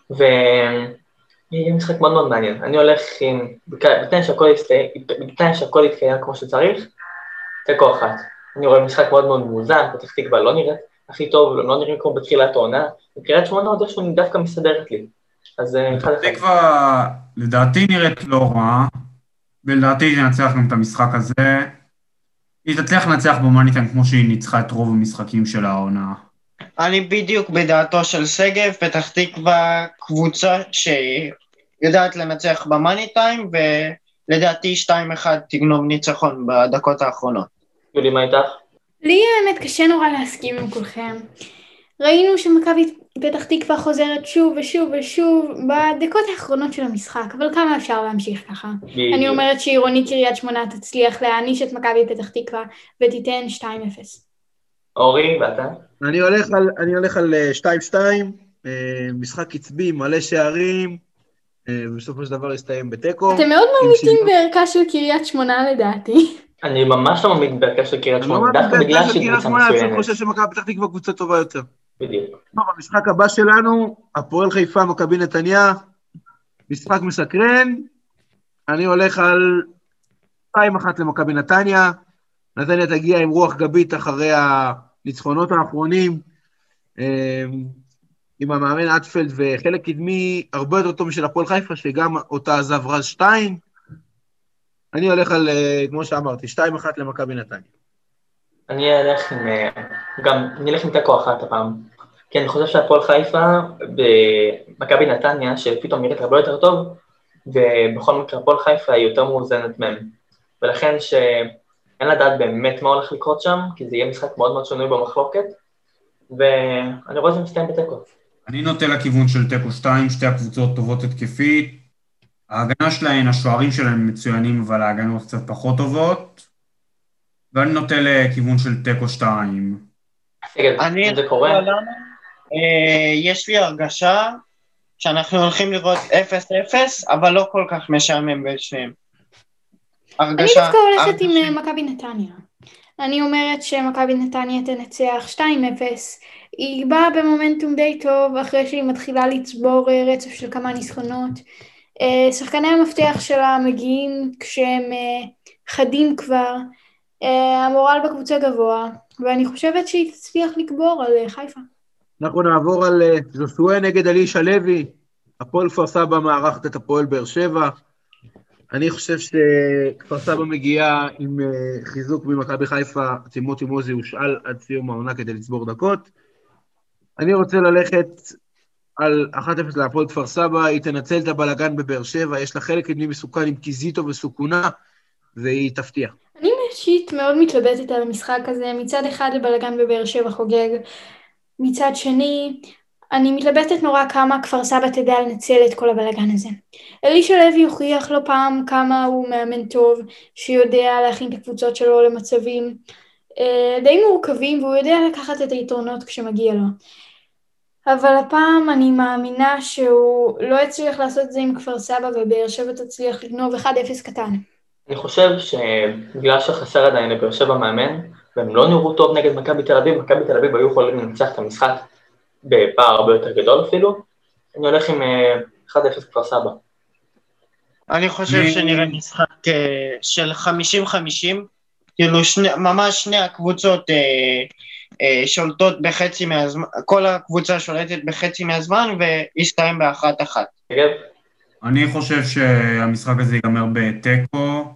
ויהיה משחק מאוד מאוד מעניין. אני הולך עם, בתנאי שהכל יתקיים, בתנאי שהכל יתקיים כמו שצריך, תיקו אחת. אני רואה משחק מאוד מאוד מאוזן, פתח תקווה לא נראית הכי טוב, לא נראים כמו בתחילת העונה, וקריית שמונה עוד איכשהו דווקא מסדרת לי. אז אחד אחד. תקווה לדעתי נראית לא רע, ולדעתי היא תנצח גם את המשחק הזה. היא תצליח לנצח במאניטיים כמו שהיא ניצחה את רוב המשחקים של העונה. אני בדיוק בדעתו של סגב, פתח תקווה קבוצה שיודעת לנצח במאני טיים, ולדעתי שתיים אחד תגנוב ניצחון בדקות האחרונות. יולי, מה איתך? לי האמת קשה נורא להסכים עם כולכם. ראינו שמכבי פתח תקווה חוזרת שוב ושוב ושוב בדקות האחרונות של המשחק, אבל כמה אפשר להמשיך ככה? אני אומרת שעירוני קריית שמונה תצליח להעניש את מכבי פתח תקווה ותיתן שתיים אפס. אורי, ואתה? אני הולך על, אני הולך על אה, שתיים שתיים, אה, משחק קצבי, מלא שערים, אה, ובסופו של דבר יסתיים בתיקו. אתם מאוד עם ממליצים שוויון. בערכה של קריית שמונה לדעתי. אני ממש לא ממליץ בערכה של קריית אני לא שמונה, מאמין דווקא בגלל בערכה של שהיא קריית קבוצה שמונה, אני פשוט מצוינת. חושב שמכבי פתח תקווה קבוצה טובה יותר. בדיוק. טוב, המשחק הבא שלנו, הפועל חיפה, מכבי נתניה, משחק מסקרן, אני הולך על שתיים אחת למכבי נתניה, נתניה תגיע עם רוח גבית אחרי הניצחונות האחרונים, עם המאמן אטפלד וחלק קדמי הרבה יותר טוב משל הפועל חיפה, שגם אותה עזב רז שתיים, אני הולך על, כמו שאמרתי, שתיים אחת למכבי נתניה. אני אלך עם, גם, אני אלך עם תיקו אחת הפעם, כי אני חושב שהפועל חיפה במכבי נתניה, שפתאום נראית הרבה יותר טוב, ובכל מקרה הפועל חיפה היא יותר מאוזנת מהם, ולכן שאין לדעת באמת מה הולך לקרות שם, כי זה יהיה משחק מאוד מאוד שונוי במחלוקת, ואני רואה שזה מסתיים בתיקו. אני נוטה לכיוון של תיקו שתיים, שתי הקבוצות טובות התקפית, ההגנה שלהן, השוערים שלהן מצוינים, אבל ההגנות קצת פחות טובות, ואני נוטה לכיוון של תיקו שתיים. אני, אם זה קורה? יש לי הרגשה שאנחנו הולכים לראות אפס אפס, אבל לא כל כך משעמם בין שניהם. אני דווקא הולכת עם מכבי נתניה. אני אומרת שמכבי נתניה תנצח שתיים אפס, היא באה במומנטום די טוב, אחרי שהיא מתחילה לצבור רצף של כמה ניסחונות. שחקני המפתח שלה מגיעים כשהם חדים כבר, המורל בקבוצה גבוה, ואני חושבת שהיא תצליח לקבור על חיפה. אנחנו נעבור על אה, ז'וסואה נגד אלישע לוי, הפועל כפר סבא מארחת את הפועל באר שבע. אני חושב שכפר סבא מגיעה עם אה, חיזוק ממכבי חיפה, טימותי מוזי הושאל עד סיום העונה כדי לצבור דקות. אני רוצה ללכת על אחת אפס להפועל כפר סבא, היא תנצל את הבלגן בבאר שבע, יש לה חלק קדמי מסוכן עם קיזיטו וסוכונה, והיא תפתיע. אני אישית מאוד מתלבטת על המשחק הזה, מצד אחד לבלגן בבאר שבע חוגג, מצד שני, אני מתלבטת נורא כמה כפר סבא תדע לנצל את כל הבלגן הזה. אלישע לוי הוכיח לא פעם כמה הוא מאמן טוב, שיודע להכין את הקבוצות שלו למצבים אה, די מורכבים, והוא יודע לקחת את היתרונות כשמגיע לו. אבל הפעם אני מאמינה שהוא לא יצליח לעשות את זה עם כפר סבא, ובאר שבע תצליח לגנוב אחד אפס קטן. אני חושב שבגלל שחסר עדיין לבאר שבע מאמן, והם לא נראו טוב נגד מכבי תל אביב, מכבי תל אביב היו יכולים לנצח את המשחק בפער הרבה יותר גדול אפילו, אני הולך עם אחד אפס כפר סבא. אני חושב שנראה משחק אה, של חמישים חמישים, כאילו שני, ממש שני הקבוצות אה, אה, שולטות בחצי מהזמן, כל הקבוצה שולטת בחצי מהזמן, והסתיים באחת אחת. אגב? אני חושב שהמשחק הזה ייגמר בתיקו.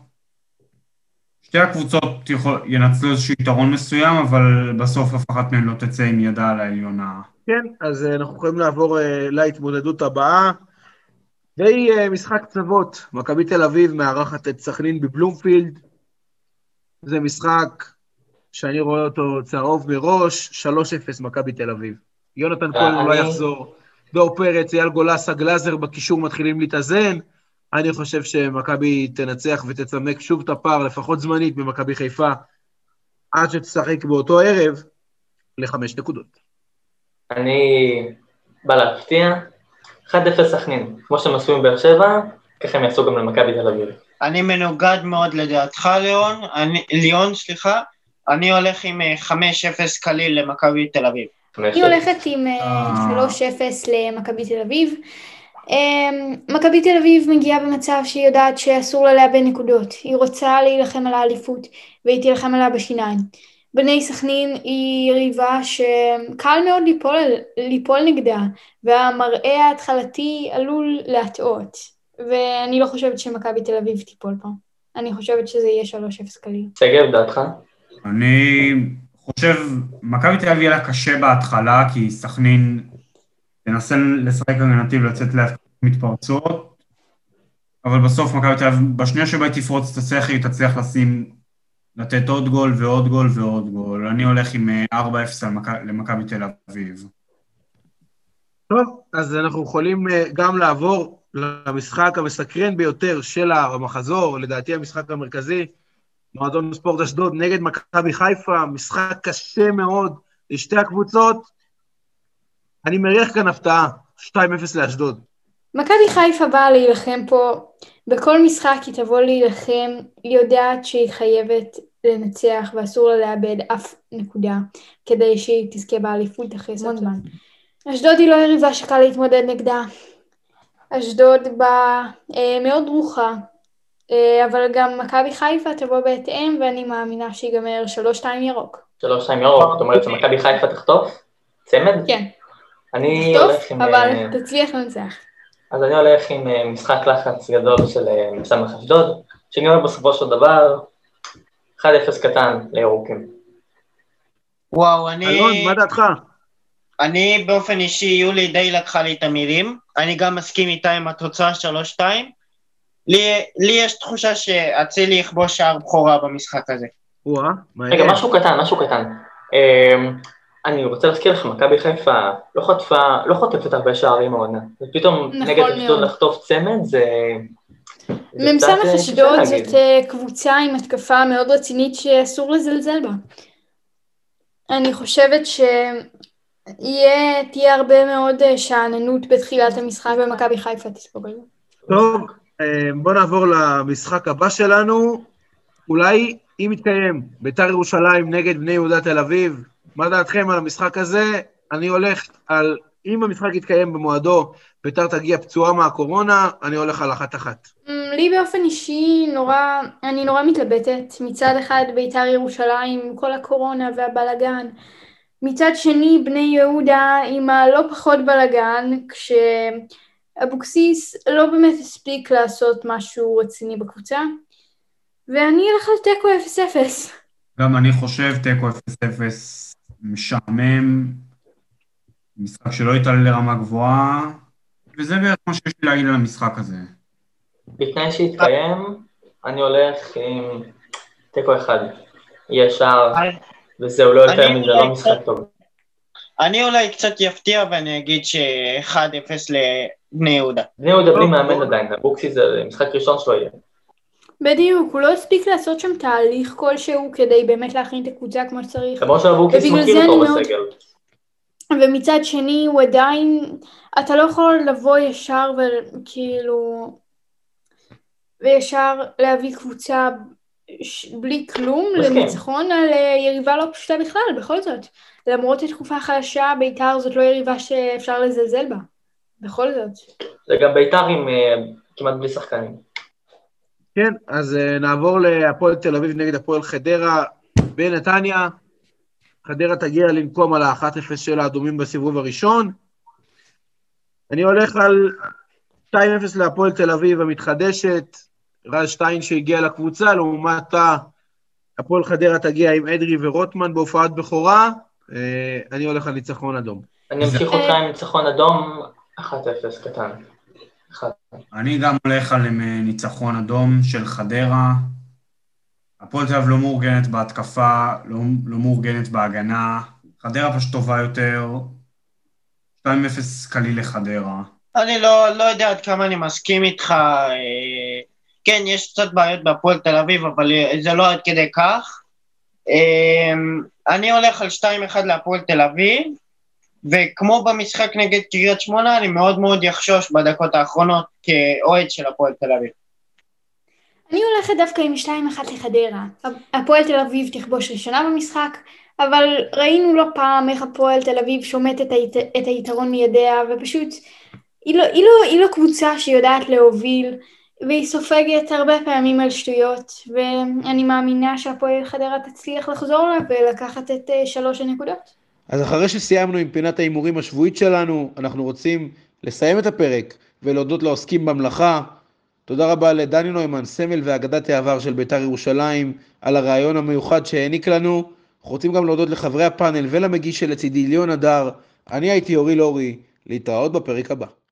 שתי הקבוצות יכול, ינצלו איזשהו יתרון מסוים, אבל בסוף אף אחת מהן לא תצא עם ידה על העליונה. כן, אז אנחנו יכולים לעבור uh, להתמודדות הבאה. והיא uh, משחק צוות, מכבי תל אביב מארחת את סכנין בבלומפילד. זה משחק שאני רואה אותו צהוב מראש, שלוש אפס מכבי תל אביב. יונתן כהן אני... לא יחזור, דור פרץ, אייל גולסה, גלאזר בקישור מתחילים להתאזן. אני חושב שמכבי תנצח ותצמק שוב את הפער, לפחות זמנית במכבי חיפה, עד שתשחק באותו ערב לחמש נקודות. אני בא להפתיע, אחד אפס סכנין, כמו שהם עשו עם באר שבע, ככה הם יעשו גם למכבי תל אביב. אני מנוגד מאוד לדעתך, ליאון, אני, ליאון, סליחה, אני הולך עם חמש אפס קליל למכבי תל אביב. אני הולכת עם שלוש אפס למכבי תל אביב. מכבי תל אביב מגיעה במצב שהיא יודעת שאסור לה לאבד נקודות. היא רוצה להילחם על האליפות, והיא תילחם עליה בשיניים. בני סכנין היא יריבה שקל מאוד ליפול, ליפול נגדה, והמראה ההתחלתי עלול להטעות. ואני לא חושבת שמכבי תל אביב תיפול פה. אני חושבת שזה יהיה שלוש אפס קליל. סגב, דעתך? אני חושב, מכבי תל אביב יהיה לה קשה בהתחלה, כי סכנין תנסה לשחק הגנתי ולצאת להתפרצות, אבל בסוף מכבי תל אביב, בשנייה שבה תפרוץ את השכל, היא תצליח לשים, לתת עוד גול ועוד גול ועוד גול. אני הולך עם ארבע אפס למכבי תל אביב. טוב, אז אנחנו יכולים גם לעבור למשחק המסקרן ביותר של המחזור, לדעתי המשחק המרכזי, מועדון ספורט אשדוד נגד מכבי חיפה, משחק קשה מאוד לשתי הקבוצות. אני מריח כאן הפתעה, שתיים אפס לאשדוד. מכבי חיפה באה להילחם פה, בכל משחק היא תבוא להילחם, היא יודעת שהיא חייבת לנצח ואסור לה לאבד אף נקודה, כדי שהיא תזכה באליפות אחרי המון זמן. אשדוד היא לא יריבה שקל להתמודד נגדה. אשדוד באה אה, מאוד דרוכה, אה, אבל גם מכבי חיפה תבוא בהתאם, ואני מאמינה שיגמר שלוש שתיים ירוק. שלוש שתיים ירוק, זאת אומרת שמכבי חיפה תחטוף? צמד? כן. אני תחטוף, הולך עם... אבל תצליח לנצח. אז אני הולך עם משחק לחץ גדול של מסמך אשדוד, שגמר בסופו של דבר אחד אפס קטן לירוקים. וואו, אני... אלון, מה דעתך? אני באופן אישי, יולי די לקחה לי את המילים, אני גם מסכים איתה עם התוצאה שלוש שתיים. לי, לי יש תחושה שאצילי יכבוש שער בכורה במשחק הזה. וואה, רגע, משהו קטן, משהו קטן. אני רוצה להזכיר לך, מכבי חיפה לא חוטפה, לא חוטפת הרבה שערים העונה. ופתאום נגד אשדוד לחטוף צמד, זה... ממסמך אשדוד זאת קבוצה עם התקפה מאוד רצינית שאסור לזלזל בה. אני חושבת שתהיה הרבה מאוד שעננות בתחילת המשחק במכבי חיפה, תספוג על זה. טוב, בוא נעבור למשחק הבא שלנו. אולי אם יתקיים בית"ר ירושלים נגד בני יהודה תל אביב, מה דעתכם על המשחק הזה? אני הולך על, אם המשחק יתקיים במועדו, בית"ר תגיע פצועה מהקורונה, אני הולך על אחת אחת. לי באופן אישי נורא, אני נורא מתלבטת. מצד אחד בית"ר ירושלים עם כל הקורונה והבלגן, מצד שני, בני יהודה עם הלא פחות בלגן, כשאבוקסיס לא באמת הספיק לעשות משהו רציני בקבוצה, ואני אלך על תיקו אפס אפס. גם אני חושב, תיקו אפס אפס משעמם, משחק שלא יתעלה לרמה גבוהה, וזה בערך מה שיש לי להגיד על המשחק הזה. בתנאי שיתקיים, אני הולך עם תיקו אחד. יהיה שער, וזהו, לא יותר מזה, לא משחק טוב. אני אולי קצת יפתיע ואני אגיד ש-אחד אפס לבני יהודה. בני יהודה בלי מאמן עדיין, אבוקסיס זה משחק ראשון שלו יהיה. בדיוק, הוא לא הספיק לעשות שם תהליך כלשהו כדי באמת להכין את הקבוצה כמו שצריך. כמו שאבוקסיס ובגלל מכיר זה אותו אני מאוד- בסגל. ומצד שני הוא עדיין, אתה לא יכול לבוא ישר וכאילו, וישר להביא קבוצה ש- בלי כלום מסכים. לניצחון על אה, יריבה לא פשוטה בכלל, בכל זאת. למרות התקופה החלשה, בית"ר זאת לא יריבה שאפשר לזלזל בה. בכל זאת. זה גם בית"ר עם אה, כמעט בלי שחקנים. כן, אז uh, נעבור להפועל תל אביב נגד הפועל חדרה בנתניה. חדרה תגיע לנקום על ה-אחת אפס של האדומים בסיבוב הראשון. אני הולך על שתיים אפס להפועל תל אביב המתחדשת, רז שטיין שהגיע לקבוצה, לעומת הפועל חדרה תגיע עם אדרי ורוטמן בהופעת בכורה. Uh, אני הולך על ניצחון אדום. אני אמשיך אותך עם ניצחון אדום, אחת אפס קטן. אחד. אני גם הולך על ניצחון אדום של חדרה. הפועל תל אביב לא מאורגנת בהתקפה, לא, לא מאורגנת בהגנה. חדרה פשוט טובה יותר. שתיים אפס קליל לחדרה. אני לא, לא יודע עד כמה אני מסכים איתך. אה, כן, יש קצת בעיות בהפועל תל אביב, אבל זה לא עד כדי כך. אה, אני הולך על שתיים אחד להפועל תל אביב, וכמו במשחק נגד קריית שמונה, אני מאוד מאוד יחשוש בדקות האחרונות כאוהד של הפועל תל אביב. אני הולכת דווקא עם שתיים אחת לחדרה. הפועל תל אביב תכבוש ראשונה במשחק, אבל ראינו לא פעם איך הפועל תל אביב שומט את, הית... את היתרון מידיה, ופשוט היא לא, היא, לא, היא לא קבוצה שיודעת להוביל, והיא סופגת הרבה פעמים על שטויות, ואני מאמינה שהפועל חדרה תצליח לחזור לה ולקחת את uh, שלוש הנקודות. אז אחרי שסיימנו עם פינת ההימורים השבועית שלנו, אנחנו רוצים לסיים את הפרק ולהודות לעוסקים במלאכה. תודה רבה לדני נוימן, סמל ואגדת העבר של בית"ר ירושלים, על הרעיון המיוחד שהעניק לנו. אנחנו רוצים גם להודות לחברי הפאנל ולמגיש שלצידי ליאון הדר. אני הייתי אורי לורי, להתראות בפרק הבא.